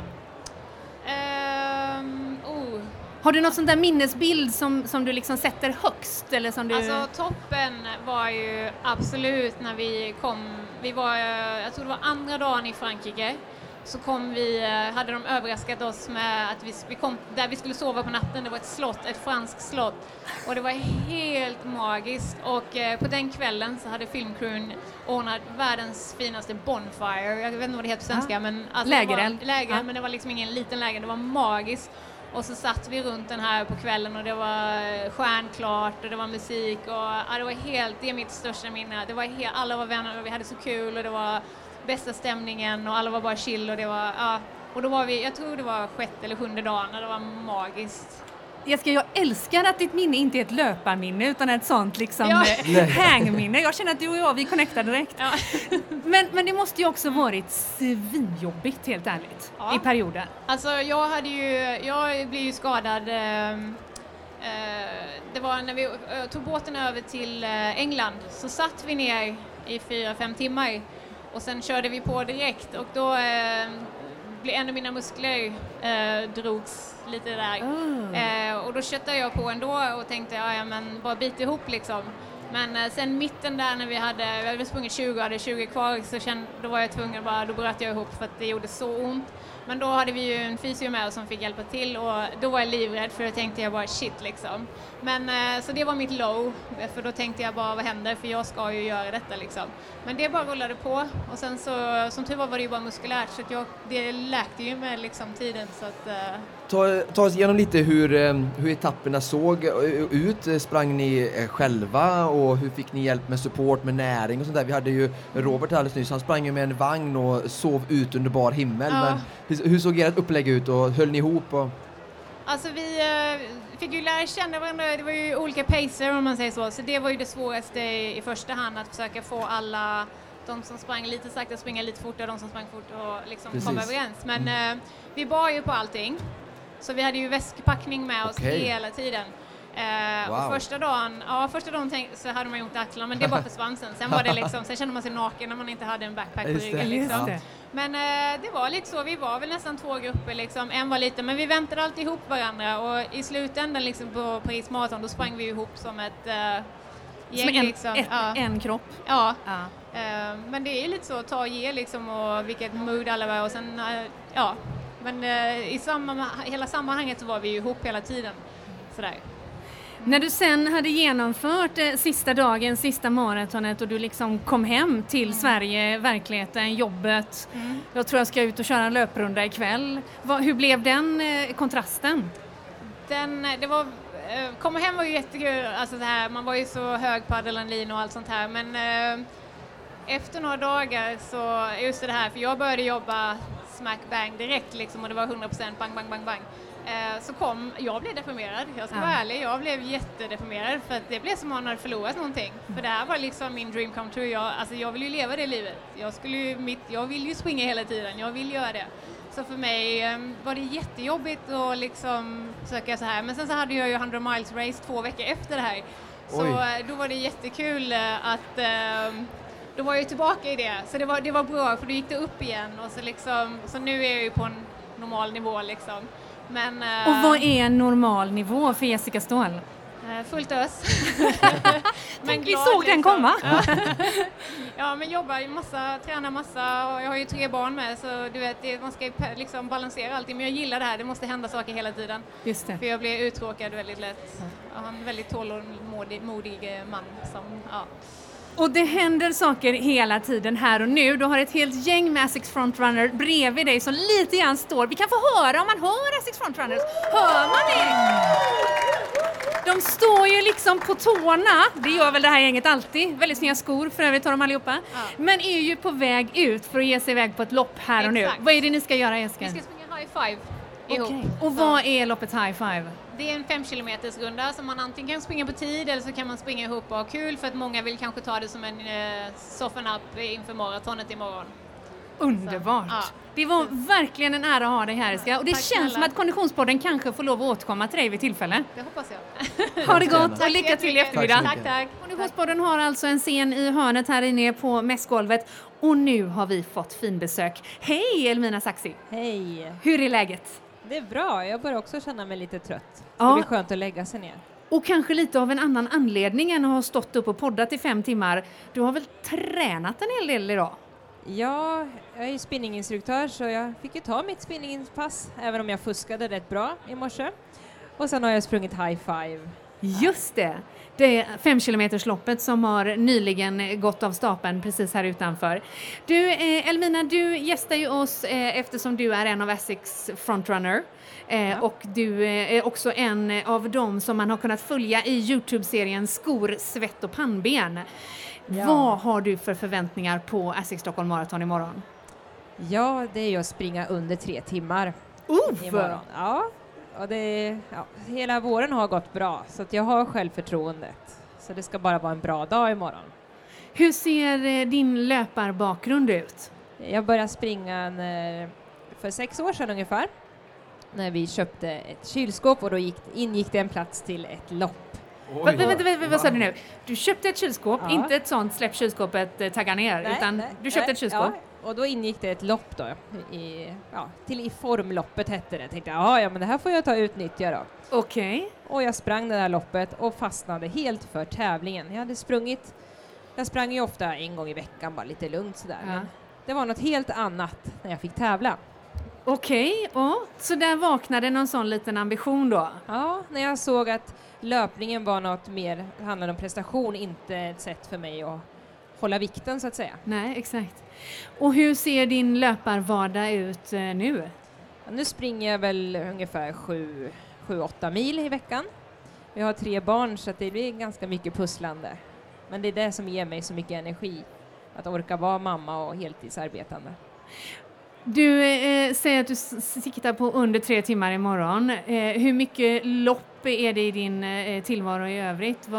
Har du något sånt där minnesbild som du liksom sätter högst? Eller som du... Alltså toppen var ju absolut när vi kom. Vi var, jag tror det var andra dagen i Frankrike. Så hade de överraskat oss med att vi kom där vi skulle sova på natten. Det var ett franskt slott. Och det var helt magiskt. Och på den kvällen så hade filmcrewen ordnat världens finaste bonfire. Jag vet inte vad det heter på svenska. Men alltså lägereld. Men det var liksom ingen liten läger. Det var magiskt. Och så satt vi runt den här på kvällen och det var stjärnklart och det var musik. Och det var det är mitt största minne. Det var alla var vänner och vi hade så kul och det var bästa stämningen och alla var bara chill och det var och då var jag tror det var 6:e eller 7:e dagen och det var magiskt. Jag älskar att ditt minne inte är ett löparminne utan ett sånt liksom hängminne. Jag känner att du och jag vi connectar direkt. Ja. Men det måste ju också varit svinjobbigt helt ärligt i perioden. Alltså jag blev ju skadad. Det var när vi tog båten över till England så satt vi ner i 4-5 timmar. Och sen körde vi på direkt och då blev en av mina muskler drogs lite där. Och då köttade jag på ändå och tänkte men bara bit ihop liksom. Men sen mitten där när vi hade sprungit 20 kvar så då var jag tvungen då bröt jag ihop för att det gjorde så ont. Men då hade vi ju en fysio med som fick hjälpa till och då var jag livrädd för då tänkte jag bara shit liksom. Men så det var mitt low för då tänkte jag bara vad händer för jag ska ju göra detta liksom. Men det bara rullade på och sen så som tur var det ju bara muskulärt så att det läkte ju med liksom tiden så att Ta oss igenom lite hur etapperna såg ut. Sprang ni själva och hur fick ni hjälp med support, med näring och sånt där? Vi hade ju Robert alldeles nyss, han sprang ju med en vagn och sov ut under bar himmel. Ja. Men hur såg ert upplägg ut och höll ni ihop? Alltså vi fick ju lära känna varandra, det var ju olika pacer om man säger så det var ju det svåraste i första hand att försöka få alla de som sprang lite sakta springa lite fortare, de som sprang fort och liksom komma överens. Men vi bar ju på allting. Så vi hade ju väskpackning med oss hela tiden. Och första dagen så hade man ju ont i axlarna, men det bara försvann sen. Sen var det liksom, sen kände man sig naken när man inte hade en backpack på ryggen liksom. Men det var lite så, vi var väl nästan 2 grupper liksom. En var lite, men vi väntade alltid ihop varandra och i slutändan liksom på Paris Marathon då sprang vi ihop som ett gäng en kropp. Ja. Men det är ju lite så, ta och ge liksom och vilket mood alla var och sen men i hela sammanhanget så var vi ju ihop hela tiden. Sådär. När du sen hade genomfört sista maratonet och du liksom kom hem till Sverige, verkligheten, jobbet. Jag tror jag ska ut och köra en löprunda ikväll. Hur blev den kontrasten? Komma hem var ju jättekul. Alltså man var ju så hög på adrenalin och allt sånt här. Men efter några dagar så, just det här, för jag började jobba smack bang direkt liksom och det var 100% bang bang bang bang. Jag blev deprimerad, jag ska vara ärlig, jag blev jättedeprimerad för att det blev som om man hade förlorat någonting. För det här var liksom min dream come true, jag vill ju leva det livet, jag vill ju springa hela tiden, jag vill göra det. Så för mig var det jättejobbigt att liksom söka så här, men sen så hade jag ju 100 miles race 2 veckor efter det här. Så då var det jättekul att då var jag ju tillbaka i det. Så det var bra, för då gick det upp igen. Och så, liksom, så nu är jag ju på en normal nivå liksom. Men, och vad är en normal nivå för Jessica Ståhl? Fullt ös. Men vi såg den komma. Ja, men jobbar massa, tränar massa och jag har ju 3 barn med, så du vet, man ska liksom balansera allting. Men jag gillar det här, det måste hända saker hela tiden. Just det. För jag blir uttråkad väldigt lätt. Jag har en väldigt tålmodig man som, ja. Och det händer saker hela tiden här och nu. Du har ett helt gäng med Asics Frontrunner bredvid dig som lite grann står. Vi kan få höra om man hör Asics Frontrunners. Hör man det? De står ju liksom på tårna. Det gör väl det här gänget alltid. Väldigt snygga skor, för övrigt har de allihopa. Ja. Men är ju på väg ut för att ge sig iväg på ett lopp här och nu. Vad är det ni ska göra, Jessica? Vi ska springa high five ihop. Okay. Och vad är loppet high five? Det är en 5 kilometers runda som man antingen kan springa på tid eller så kan man springa ihop och ha kul, för att många vill kanske ta det som en soften up inför maratonet imorgon. Underbart! Så, ja. Det var verkligen en ära att ha dig här, Jessica. Och det känns som att Konditionspodden kanske får lov att återkomma till dig vid tillfälle. Det hoppas jag. Ha det gott och lycka till i eftermiddag. Tack. Konditionspodden har alltså en scen i hörnet här inne på mässgolvet. Och nu har vi fått finbesök. Hej Elmina Saxi! Hej! Hur är läget? Det är bra, jag börjar också känna mig lite trött. Det är skönt att lägga sig ner. Och kanske lite av en annan anledning än att ha stått upp och poddat i 5 timmar. Du har väl tränat en hel del idag? Ja, jag är ju spinninginstruktör så jag fick ju ta mitt spinninginspass även om jag fuskade rätt bra i morse. Och sen har jag sprungit high five. Just det! Det är 5 kilometersloppet som har nyligen gått av stapeln precis här utanför. Du, Elmina, du gästar ju oss eftersom du är en av Asics Frontrunner. Och du är också en av dem som man har kunnat följa i YouTube-serien Skor, svett och pannben. Ja. Vad har du för förväntningar på Asics Stockholm Marathon imorgon? Ja, det är ju att springa under 3 timmar imorgon. Ja. Och hela våren har gått bra så att jag har självförtroendet. Så det ska bara vara en bra dag imorgon. Hur ser din löparbakgrund ut? Jag började springa för 6 år sedan ungefär. När vi köpte ett kylskåp och då ingick det en plats till ett lopp. Vad sa du nu? Du köpte ett kylskåp, inte ett sånt släpp kylskåpet taggar ner, utan du köpte ett kylskåp. Ja, och då ingick det ett lopp då, i formloppet hette det. Jag tänkte, men det här får jag utnyttja då. Okej. Och jag sprang det där loppet och fastnade helt för tävlingen. Jag sprang ju ofta en gång i veckan, bara lite lugnt sådär. Ja. Men det var något helt annat när jag fick tävla. Okej, så där vaknade någon sån liten ambition då? Ja, när jag såg att löpningen var något mer, handlade om prestation, inte ett sätt för mig att hålla vikten så att säga. Nej, exakt. Och hur ser din löparvardag ut nu? Ja, nu springer jag väl ungefär 7-8 mil i veckan. Jag har 3 barn så att det blir ganska mycket pusslande. Men det är det som ger mig så mycket energi, att orka vara mamma och heltidsarbetande. Du säger att du siktar på under 3 timmar imorgon. Hur mycket lopp är det i din tillvaro i övrigt?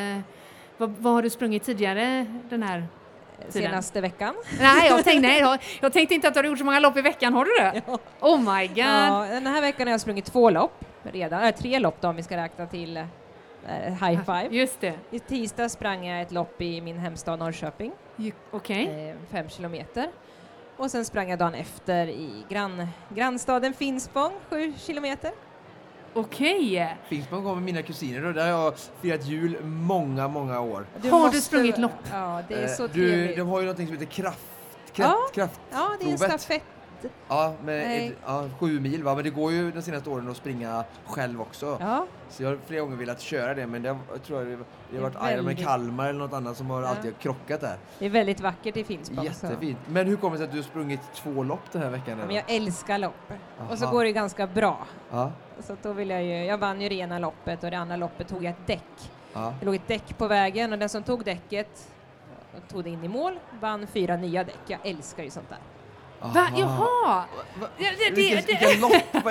Vad har du sprungit tidigare den här tiden? Senaste veckan? Nej, jag tänkte inte att du har gjort så många lopp i veckan. Har du det? Ja. Oh my god! Ja, den här veckan har jag sprungit 2 lopp redan. 3 lopp då om vi ska räkna till high five. Just det. I tisdag sprang jag ett lopp i min hemstad Norrköping. Okej. 5 kilometer. Och sen sprang jag dagen efter i grannstaden Finspång, 7 kilometer. Okej. Finspång går med mina kusiner och där har jag firat jul många år. Har du sprungit lopp? Ja, det är så trevligt. De har ju något som heter kraftprovet. Ja, det är en stafett. Ja, med 7 mil va, men det går ju de senaste åren att springa själv också. Ja. Så jag har flera gånger velat köra det, men jag tror det har varit Ironman Kalmar eller något annat som har alltid krockat där. Det är väldigt vackert i Finspång. Jättefint. Men hur kommer det sig att du har sprungit 2 lopp den här veckan? Ja, men jag älskar lopp. Och så går det ganska bra. Ja. Så då vill jag vann ju det ena loppet och det andra loppet tog jag ett däck. Ja. Det låg ett däck på vägen och den som tog däcket tog det in i mål, vann 4 nya däck. Jag älskar ju sånt där. Va? Jaha! Vilken lopp!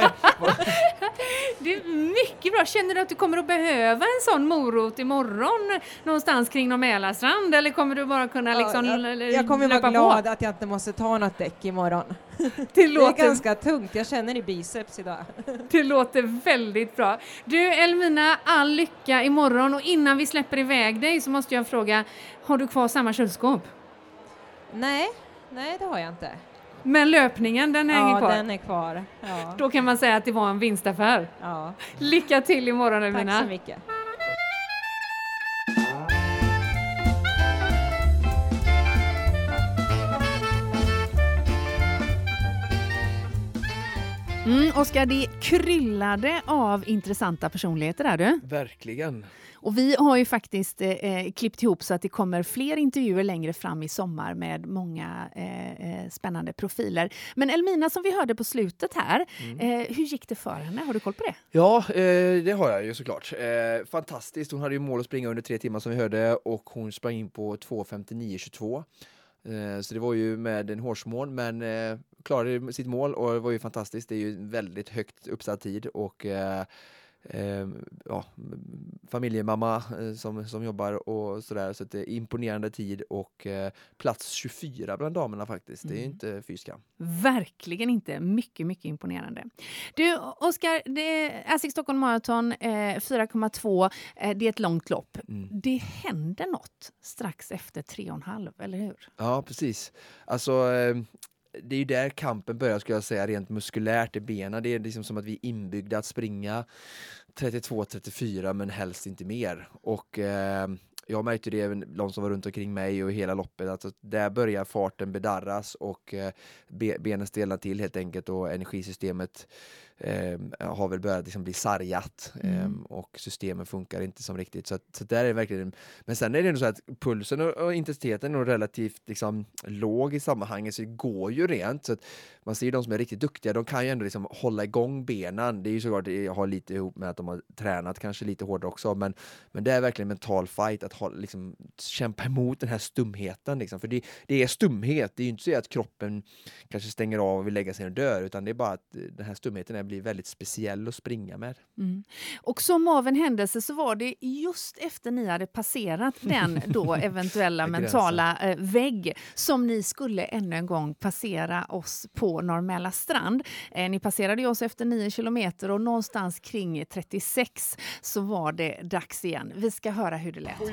Det är mycket bra. Känner du att du kommer att behöva en sån morot imorgon någonstans kring någon Mälarstrand? Eller kommer du bara kunna liksom jag kommer vara glad att jag inte måste ta något däck imorgon. Det är ganska tungt. Jag känner i biceps idag. Det låter väldigt bra. Du Elmina, all lycka imorgon. Och innan vi släpper iväg dig så måste jag fråga, har du kvar samma kylskåp? Nej, det har jag inte. Men löpningen, den hänger kvar? Ja, den är kvar. Ja. Då kan man säga att det var en vinstaffär. Ja. Lycka till imorgon, Elmina. Tack så mycket. Oskar, det kryllade av intressanta personligheter där du. Verkligen. Och vi har ju faktiskt klippt ihop så att det kommer fler intervjuer längre fram i sommar med många spännande profiler. Men Elmina, som vi hörde på slutet här, hur gick det för henne? Har du koll på det? Ja, det har jag ju såklart. Fantastiskt. Hon hade ju mål att springa under 3 timmar som vi hörde och hon sprang in på 2:59,22. Så det var ju med en hårsmån, men klarade sitt mål och det var ju fantastiskt. Det är ju en väldigt högt uppsatt tid och familjemamma som jobbar och sådär, så att det är imponerande tid och plats 24 bland damerna faktiskt. Det är inte fyskam. Verkligen inte. Mycket, mycket imponerande. Du, Oskar, ASICS Stockholm Marathon 4,2, det är ett långt lopp. Det händer något strax efter 3,5, eller hur? Ja, precis. Alltså det är ju där kampen börjar, skulle jag säga, rent muskulärt i benen. Det är liksom som att vi är inbyggda att springa 32-34 men helst inte mer. Och jag märkte det även de som var runt omkring mig och hela loppet. Alltså, där börjar farten bedarras och benen stelnar till helt enkelt och energisystemet har väl börjat liksom bli sargat och systemen funkar inte som riktigt. Så där är det verkligen. Men sen är det ändå så att pulsen och intensiteten är relativt liksom låg i sammanhanget, så det går ju rent. Så att man ser de som är riktigt duktiga, de kan ju ändå liksom hålla igång benen. Det är ju såklart, det har lite ihop med att de har tränat kanske lite hårdare också, men det är verkligen en mental fight att liksom kämpa emot den här stumheten liksom. För det är stumhet, det är ju inte så att kroppen kanske stänger av och vill lägga sig och dör, utan det är bara att den här stumheten blir väldigt speciell att springa med. Och som av en händelse så var det just efter ni hade passerat den då eventuella mentala vägg som ni skulle ännu en gång passera oss på Norr Strand. Ni passerade ju oss efter 9 kilometer och någonstans kring 36 så var det dags igen. Vi ska höra hur det lät.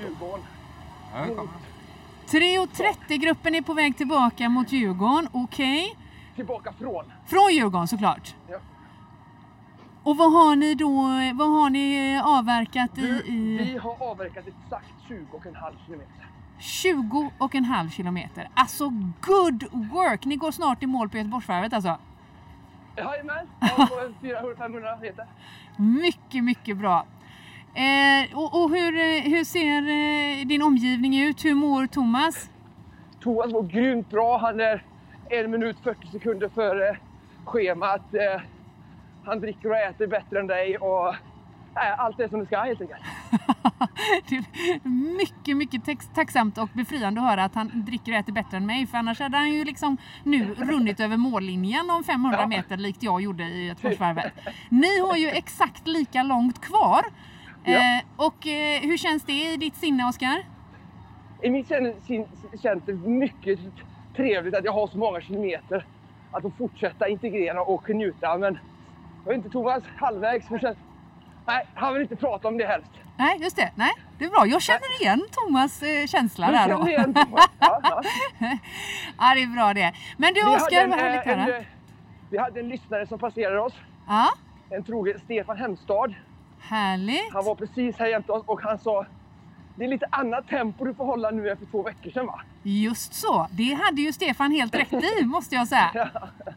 3:30-gruppen är på väg tillbaka mot Djurgården, okej. Tillbaka från Djurgården såklart. Ja. Och vad har ni avverkat i? Vi har avverkat exakt 20,5 kilometer. 20,5 kilometer. Alltså good work. Ni går snart i mål på Göteborgsvarvet alltså. Jajamän, 400-500 meter. Mycket, mycket bra. Och hur ser din omgivning ut? Hur mår Thomas? Thomas mår grymt bra. Han är 1 minut 40 sekunder före schemat. Han dricker och äter bättre än dig och allt är som det ska helt enkelt. Det är mycket, mycket tacksamt och befriande att höra att han dricker och äter bättre än mig. För annars hade han ju liksom nu runnit över mållinjen om 500 meter likt jag gjorde i Göteborgsvarvet. Ni har ju exakt lika långt kvar. Ja. Och hur känns det i ditt sinne, Oskar? I mitt sinne känns det mycket trevligt att jag har så många kilometer att få fortsätta integrera och njuta. Men jag är inte Thomas halvvägs. Nej, han vill inte prata om det helst. Nej, just det. Nej, det är bra. Jag känner igen Thomas känsla där då. Igen Thomas. Ja. Ja, det är bra det. Men du, Oskar, vad härligt höra. Vi hade en lyssnare som passerade oss. Ja. En trogen Stefan Hemstad. Härligt. Han var precis här jämte oss och han sa: det är lite annat tempo du får hålla nu än för 2 veckor sedan, va? Just så. Det hade ju Stefan helt rätt i, måste jag säga. Ja.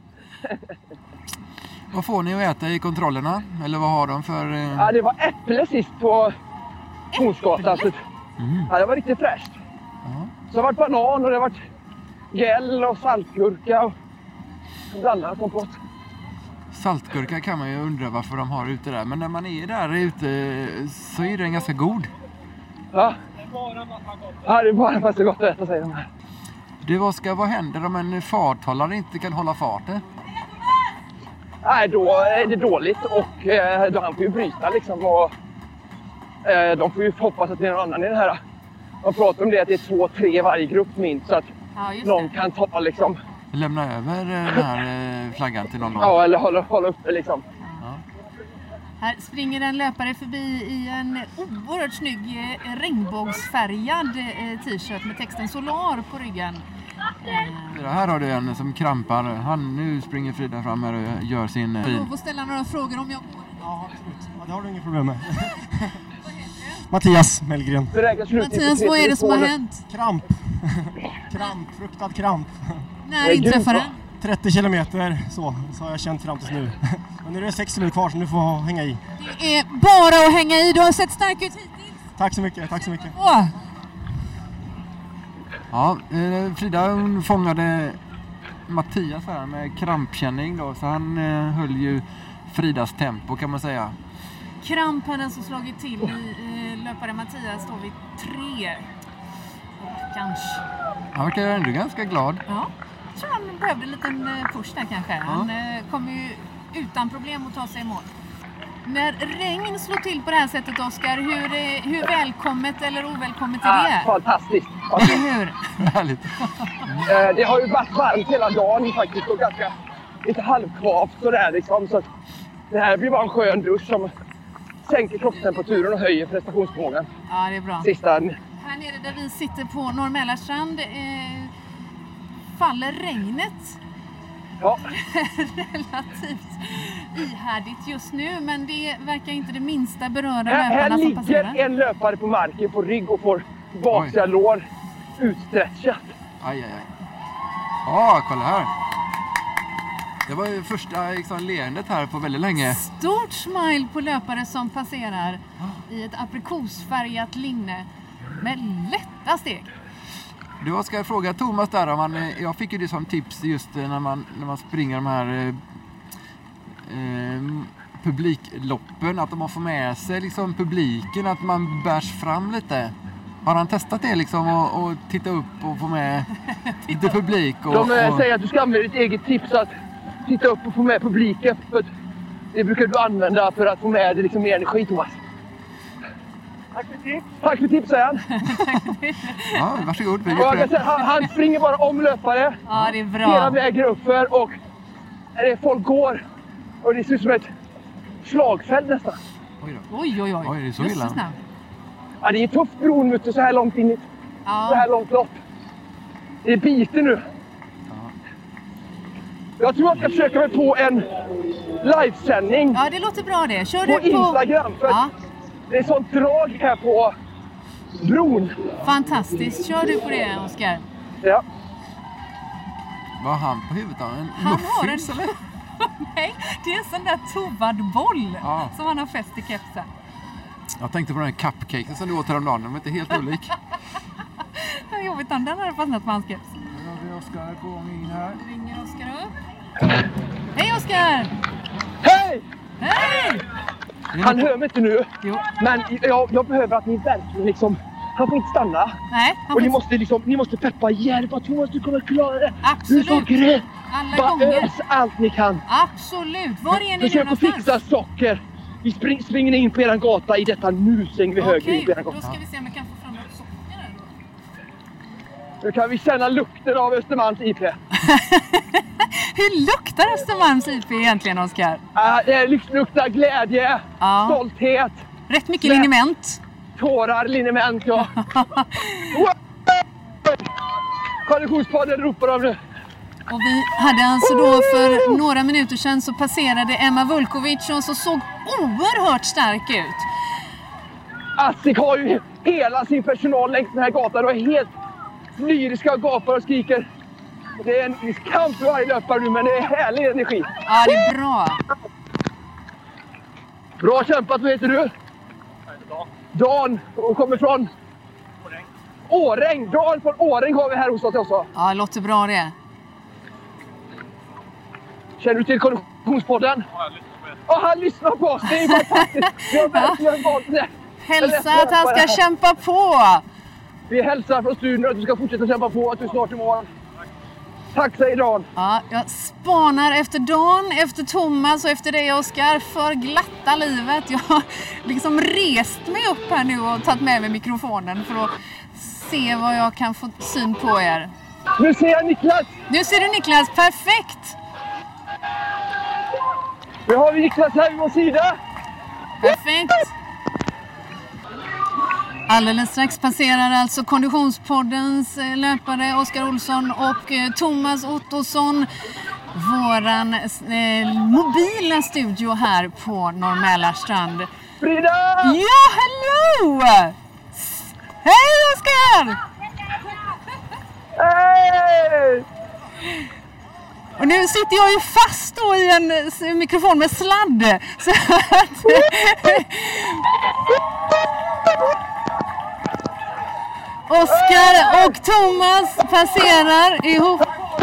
Vad får ni att äta i kontrollerna? Eller vad har de för... Ja, det var äpple sist på Hornsgatan. Ja, det var riktigt fräscht. Så det har varit banan och det har varit gäll och saltgurka och blandad kompott. Saltgurka kan man ju undra varför de har ute där. Men när man är där ute så är den ganska god. Ja, det är bara massa gott att äta, säger de här. Du, Oskar, vad händer om en farthållare inte kan hålla farten? Nej, då är det dåligt och då han får ju bryta liksom. Och, de får ju hoppas att det är någon annan i den här. Man pratar om det att det är 2-3 varje grupp minst så att någon kan ta liksom... Lämna över den här flaggan till någon? Ja, eller hålla uppe liksom. Ja. Här springer en löpare förbi i en oerhört snygg regnbågsfärgad t-shirt med texten Solar på ryggen. Här har du en som krampar. Nu springer Frida fram här och gör sin... Jag får ställa några frågor om jag går. Ja, absolut. Ja, det har du inga problem med. Mattias Mellgren. Mattias, vad är det som har hänt? Kramp. Fruktad kramp. När inträffar det? 30 kilometer, så har jag känt fram tills nu. Men nu är det 6 minuter kvar, så du får hänga i. Det är bara att hänga i. Du har sett stark ut hittills. Tack så mycket. Åh. Ja, Frida fångade Mattias här med krampkänning då, så han höll ju Fridas tempo kan man säga. Kramp hade alltså slagit till i löpare Mattias då vid 3. Kanske. Han verkar ändå ganska glad. Ja, så han behövde en liten push där kanske. Ja. Han kommer ju utan problem att ta sig i mål. När regn slår till på det här sättet, Oskar, hur välkommet eller ovälkommet är det? Fantastiskt. Hur? Härligt. Det har ju varit varmt hela dagen faktiskt och ganska lite halvkvavt sådär liksom. Så det här blir bara en skön dusch som sänker kroppstemperaturen och höjer prestationsförmågan. Ja, det är bra. Här nere där vi sitter på Norr Mälarstrand faller regnet. Ja. Relativt ihärdigt just nu, men det verkar inte det minsta beröra löparna som passerar. Här ligger en löpare på marken på rygg och får baksida lår utstretchat. Aj. Kolla här. Det var ju första leendet här på väldigt länge. Stort smile på löpare som passerar i ett aprikosfärgat linne med lätta steg. Du ska fråga Thomas där om jag fick ju det som tips just när man springer de här publikloppen, att man får med sig liksom publiken, att man bärs fram lite. Har han testat det liksom och titta upp och få med lite publik? De säger att du ska använda ditt eget tips att titta upp och få med publiken, för det brukar du använda för att få med dig liksom mer energi, Thomas. Tack för tips, säger han. Ja, varsågod. Han springer bara om löpare. Ja, det är bra. Hela vägen uppför och folk går. Och det ser ut som ett slagfält nästan. Oj. Det är så illa. Ja, det är tufft bron så här långt in i så här långt lopp. Det är biter nu. Jag tror jag ska försöka mig på en livesändning. Ja, det låter bra det. Kör på du på Instagram. För det är sånt drag här på bron. Fantastiskt. Kör du på det, Oskar? Ja. Vad har han på huvudet då? En muffins eller? Nej, det är en sån där tovad boll som han har fäst i kepsen. Jag tänkte på den här cupcaken som du åt häromdagen. Den var inte helt olik. Jag vet inte, den hade fastnat på hans keps. Nu har vi Oskar på in här. Ringer Oskar upp. Hej Oskar! Hej! Hej! Han hör mig inte nu. Jo. Men jag behöver att ni verkligen liksom... Han får inte stanna. Nej. Och ni måste peppa hjälpa. Thomas, du kommer klara det. Absolut. Du är så grön. Alla gånger. Ös allt ni kan. Absolut. Var är ni försök nu att fixa socker. Vi springer in på eran gata i detta nu. Svänger vi höger in på eran gata. Då ska vi se om vi kan få fram något socker här då. Nu kan vi känna lukten av Östermalms IP. Hur luktar Östermalms IP egentligen, Oskar? Det luktar glädje, stolthet. Rätt mycket liniment. Tårar, liniment, ja. Konditionspodden ropar av nu. Och vi hade alltså då för några minuter sedan så passerade Emma Vulkovic och så såg oerhört stark ut. Asik har ju hela sin personal längs den här gatan och är helt lyriska och gapar och skriker. Det är en kamp för varje löpare nu, men det är härlig energi. Ja, det är bra. Bra kämpat, vad heter du? Dan, och kommer från Åräng. Dan från Åräng har vi här hos oss också. Ja, det låter bra det. Känner du till Konditionspodden? Ja, han lyssnar på oss. Det är fantastiskt. Vi har verkligen valt det. Hälsa att han ska kämpa på. Vi hälsar från studion att du ska fortsätta kämpa på, att du är snart i mål. Tack, säger Dan. Ja, jag spanar efter Dan, efter Thomas och efter dig, Oskar, för glatta livet. Jag har liksom rest mig upp här nu och tagit med mig mikrofonen för att se vad jag kan få syn på er. Nu ser jag Niklas! Nu ser du Niklas, perfekt! Nu har vi Niklas här vid vår sida. Perfekt! Alldeles strax passerar alltså Konditionspoddens löpare Oskar Olsson och Thomas Ottosson våran mobila studio här på Norr Mälarstrand. Frida! Ja, hallå! Hej Oskar! Hej! Och nu sitter jag ju fast då i en mikrofon med sladd. Så att... Oskar och Thomas passerar ihop.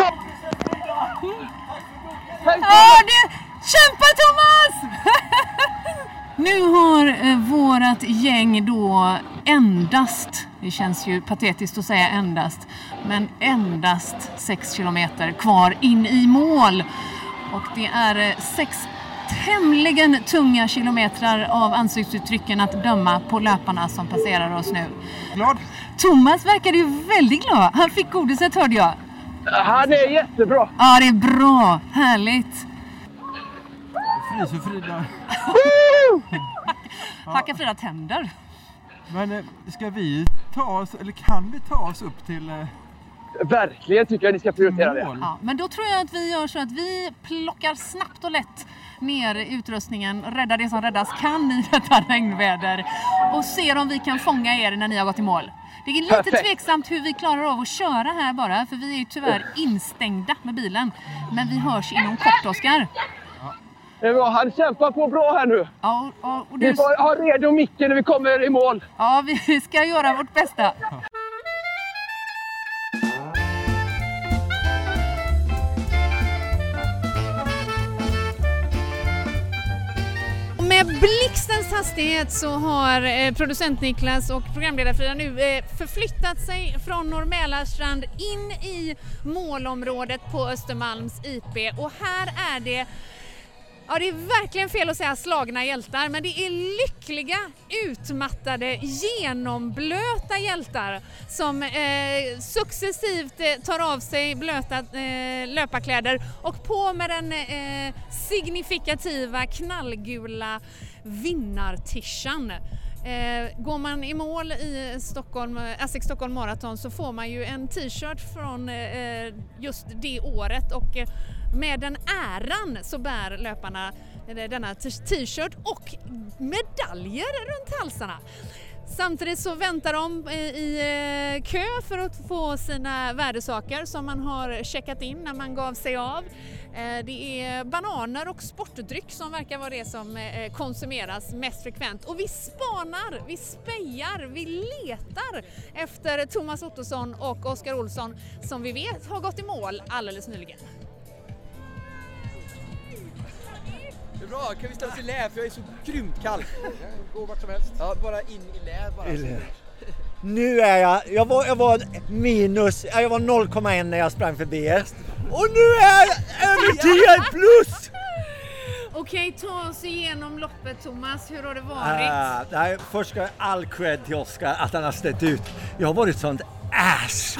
Kämpa Thomas! Nu har vårat gäng då endast, det känns ju patetiskt att säga endast, men endast 6 kilometer kvar in i mål. Och det är 6 tämligen tunga kilometrar av ansiktsuttrycken att döma på löparna som passerar oss nu. Glad? Thomas verkade ju väldigt glad. Han fick godiset, hörde jag. Han är jättebra. Ja, det är bra. Härligt. Fryser Frida. Hackar Frida tänder. Men ska vi ta oss, eller kan vi ta oss upp till... Verkligen tycker jag ni ska prioritera det. Ja, men då tror jag att vi gör så att vi plockar snabbt och lätt ner utrustningen, räddar det som räddas kan i detta regnväder och ser om vi kan fånga er när ni har gått i mål. Det är lite tveksamt hur vi klarar av att köra här bara, för vi är ju tyvärr instängda med bilen. Men vi hörs inom kort, Oskar. Det är bra, han kämpar på bra här nu. Ja, och du... Vi får ha redo micken när vi kommer i mål. Ja, vi ska göra vårt bästa. Med blixtens hastighet så har producent Niklas och programledare Frida nu förflyttat sig från Norr Mälarstrand in i målområdet på Östermalms IP. Och här är det, ja, det är verkligen fel att säga slagna hjältar, men det är lyckliga, utmattade, genomblöta hjältar som successivt tar av sig blöta löparkläder och på med den signifikativa knallgula vinnartischan. Går man i mål i ASICS Stockholm Marathon så får man ju en t-shirt från just det året, och med den äran så bär löparna denna t-shirt och medaljer runt halsarna. Samtidigt så väntar de i kö för att få sina värdesaker som man har checkat in när man gav sig av. Det är bananer och sportdryck som verkar vara det som konsumeras mest frekvent. Och vi spanar, vi spejar, vi letar efter Thomas Ottosson och Oskar Olsson som vi vet har gått i mål alldeles nyligen. Det är bra, kan vi ställa oss i lä för jag är så grymt kall. Gå vart som helst. Ja, bara in i lä bara. Nu är jag var minus, jag var 0,1 när jag sprang förbi er. Och nu är jag över 10 plus! Okej, ta oss igenom loppet Thomas, hur har det varit? Först ska jag all cred till Oskar att han har ställt ut. Jag har varit sånt ass.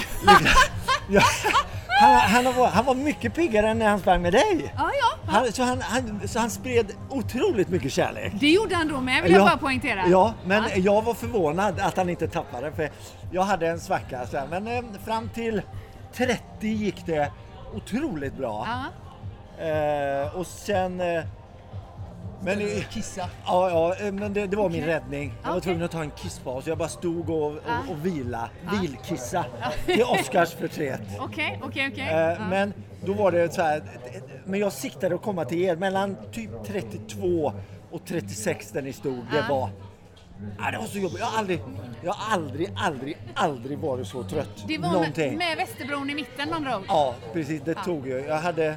Han var mycket piggare än när han sprang med dig. Ja. Så han spred otroligt mycket kärlek. Det gjorde han då med, vill jag bara poängtera. Ja, men jag var förvånad att han inte tappade, för jag hade en svacka. Men fram till 30 gick det otroligt bra. Och sen... Men kissa. Ja, men det var min räddning. Jag var tvungen att ta en kisspaus. Jag bara stod och vilkissa till Oskars förtret. Okej. Men då var det så här, men jag siktade att komma till er mellan typ 32 och 36 där ni stod. Det var så jobbigt. Jag har aldrig varit så trött. Det var med Västerbron i mitten man drog. Ja, precis. Det tog jag.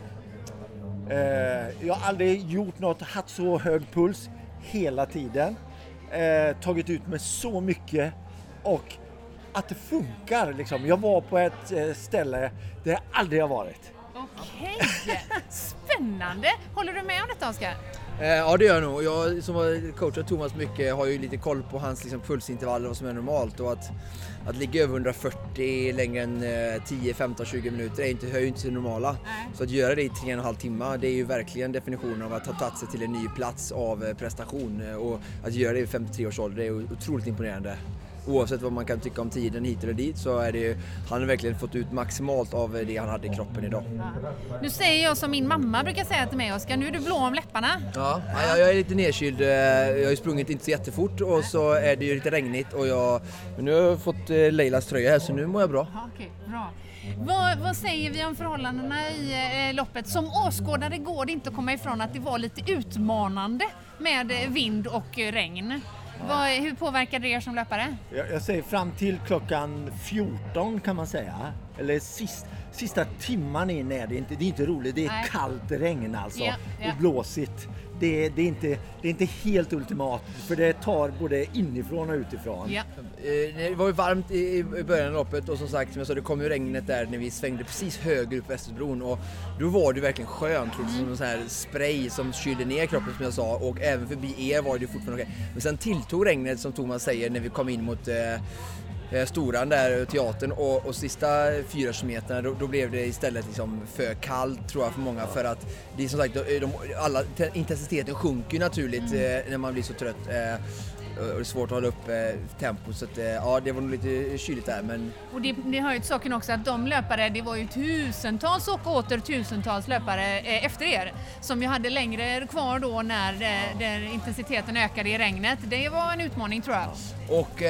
Jag har aldrig haft så hög puls hela tiden. Tagit ut med så mycket och att det funkar liksom. Jag var på ett ställe där jag aldrig har varit. Okej, spännande. Håller du med om detta, Oskar? Ja, det gör jag nog. Jag som har coachat Thomas mycket har ju lite koll på hans pulsintervaller och vad som är normalt, och att ligga över 140 längre än 10, 15, 20 minuter hör ju inte till det normala. Så att göra det i 3,5 timmar, det är ju verkligen definitionen av att ha tagit sig till en ny plats av prestation, och att göra det i 53 års ålder är otroligt imponerande. oavsett vad man kan tycka om tiden hit eller dit så är det han har verkligen fått ut maximalt av det han hade i kroppen idag. Nu säger jag som min mamma brukar säga till mig, Oskar, nu är du blå om läpparna. Ja, jag är lite nedkyld. Jag har ju sprungit inte så jättefort och så är det ju lite regnigt och men nu har jag fått Leilas tröja här så nu mår jag bra. Okej, bra. Vad säger vi om förhållandena i loppet? Som åskådare går det inte att komma ifrån att det var lite utmanande med vind och regn. Hur påverkade det er som löpare? Jag säger fram till klockan 14 kan man säga. Eller sista timman in är det inte roligt. Det är kallt regn alltså och blåsigt. Det är inte helt ultimat för det tar både inifrån och utifrån. Ja. Det var ju varmt i början av loppet och som sagt som jag sa det kom ju regnet där när vi svängde precis höger upp Västerbron och då var det verkligen skönt liksom, som en sån här spray som kylde ner kroppen som jag sa och även förbi er var det fortfarande okej. Men sen tilltog regnet som Thomas säger när vi kom in mot Storan där, teatern och sista 4 kilometerna då blev det istället liksom för kallt tror jag för många för att det är som sagt alla intensiteten sjunker naturligt när man blir så trött och det är svårt att hålla upp tempo så att, det var nog lite kyligt där men... Och det hör ju till saken också att de löpare, det var ju tusentals och åter tusentals löpare efter er som ju hade längre kvar då när intensiteten ökade i regnet. Det var en utmaning tror jag. Och,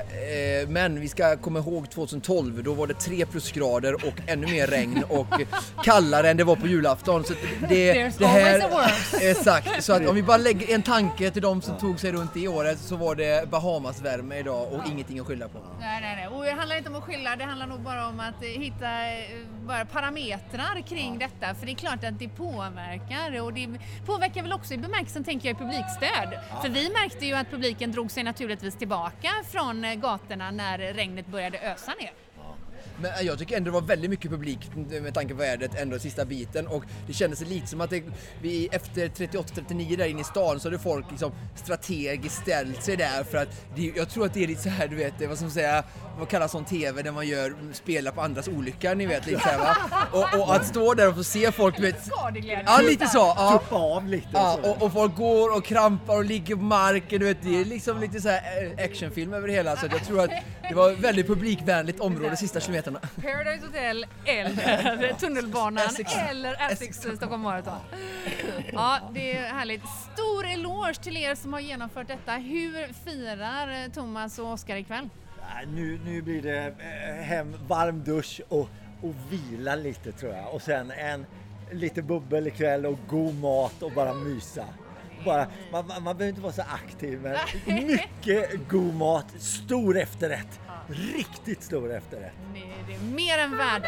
men vi ska komma ihåg 2012, då var det 3 plusgrader och ännu mer regn och kallare än det var på julafton. Så det här, exakt, så att om vi bara lägger en tanke till de som tog sig runt i året så var det Bahamas värme idag och ingenting att skylla på. Nej. Och det handlar inte om att skylla, det handlar nog bara om att hitta bara parametrar kring detta. För det är klart att det påverkar och det påverkar väl också i bemärkelsen tänker jag i publikstöd. För vi märkte ju att publiken drog sig naturligtvis tillbaka från gatorna när regnet började ösa ner. Men jag tycker ändå det var väldigt mycket publik med tanke på vädret ändå sista biten och det kändes lite som att vi efter 38-39 där inne i stan så hade folk liksom strategiskt ställt sig där för att jag tror att det är lite så här du vet vad som säga vad kallas som tv där man spelar på andras olycka ni vet lite så här, va och att stå där och få se folk vet ja lite så tuppa av lite och folk går och krampar och ligger på marken du vet det är liksom lite så här actionfilm över det hela så att jag tror att det var ett väldigt publikvänligt område sista kilometerna. Paradise Hotel eller tunnelbanan eller Essex Stockholm Marathon. Ja, det är härligt. Stor eloge till er som har genomfört detta. Hur firar Thomas och Oskar ikväll? Nu blir det hem, varm dusch och vila lite tror jag. Och sen lite bubbel ikväll och god mat och bara mysa. Man behöver inte vara så aktiv men mycket god mat, stor efterrätt. Riktigt stor efterrätt. Det är mer än värda.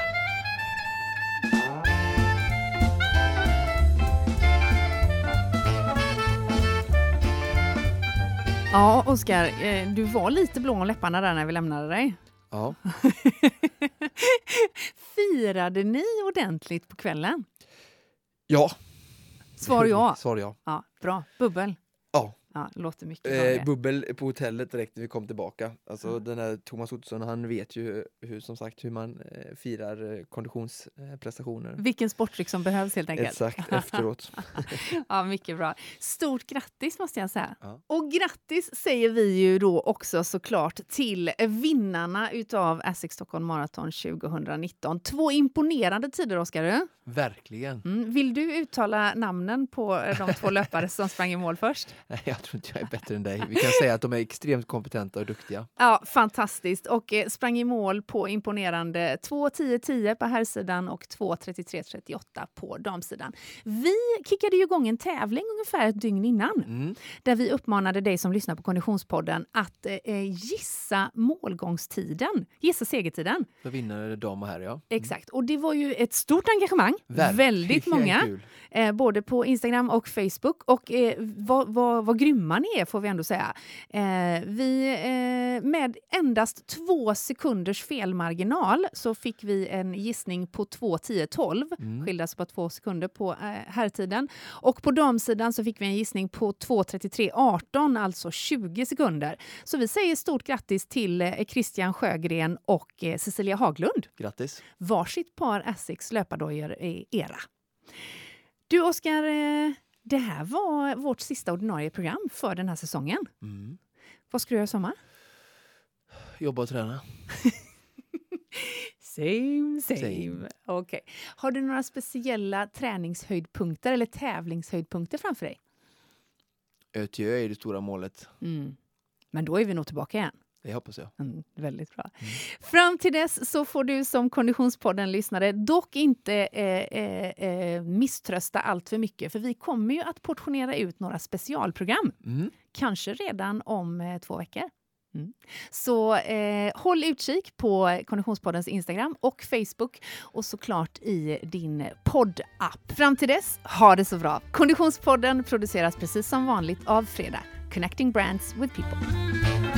Ja, Oskar, du var lite blå om läpparna där när vi lämnade dig. Ja. Firade ni ordentligt på kvällen? Ja. Svar ja. Svar ja. Ja, bra. Bubbel. Ja. Ja, låter mycket bubbel på hotellet direkt när vi kom tillbaka. Alltså den här Thomas Ottosson, han vet ju hur man firar konditionsprestationer. Vilken sportdryck som behövs helt enkelt. Exakt, efteråt. Ja, mycket bra. Stort grattis måste jag säga. Ja. Och grattis säger vi ju då också såklart till vinnarna utav Essex Stockholm Marathon 2019. 2 imponerande tider, Oskar. Verkligen. Vill du uttala namnen på de 2 löpare som sprang i mål först? Nej, jag tror inte jag är bättre än dig. Vi kan säga att de är extremt kompetenta och duktiga. Ja, fantastiskt. Och sprang i mål på imponerande 2:10:10 på herrsidan och 2:33:38 på damsidan. Vi kickade ju igång en tävling ungefär ett dygn innan. Där vi uppmanade dig som lyssnar på Konditionspodden att gissa målgångstiden. Gissa segertiden. För vinnare dam och herr, ja. Exakt. Och det var ju ett stort engagemang. Väldigt många. Både på Instagram och Facebook. Och vad grymma ni är får vi ändå säga. Vi med endast 2 sekunders felmarginal så fick vi en gissning på 2:10:12. Skildas på 2 sekunder på herrtiden. Och på damsidan så fick vi en gissning på 2:33:18, alltså 20 sekunder. Så vi säger stort grattis till Christian Sjögren och Cecilia Haglund. Grattis. Varsitt par Essex löpardojor i era. Du Oskar, det här var vårt sista ordinarie program för den här säsongen. Vad ska du göra i sommar? Jobba och träna. Same. Okay. Har du några speciella träningshöjdpunkter eller tävlingshöjdpunkter framför dig? ÖTÖ är det stora målet. Men då är vi nog tillbaka igen. Det hoppas jag. Väldigt bra. Fram till dess så får du som Konditionspodden-lyssnare dock inte misströsta allt för mycket. För vi kommer ju att portionera ut några specialprogram. Kanske redan om 2 veckor. Så håll utkik på Konditionspoddens Instagram och Facebook och såklart i din poddapp. Fram till dess, ha det så bra. Konditionspodden produceras precis som vanligt av Fredag. Connecting brands with people.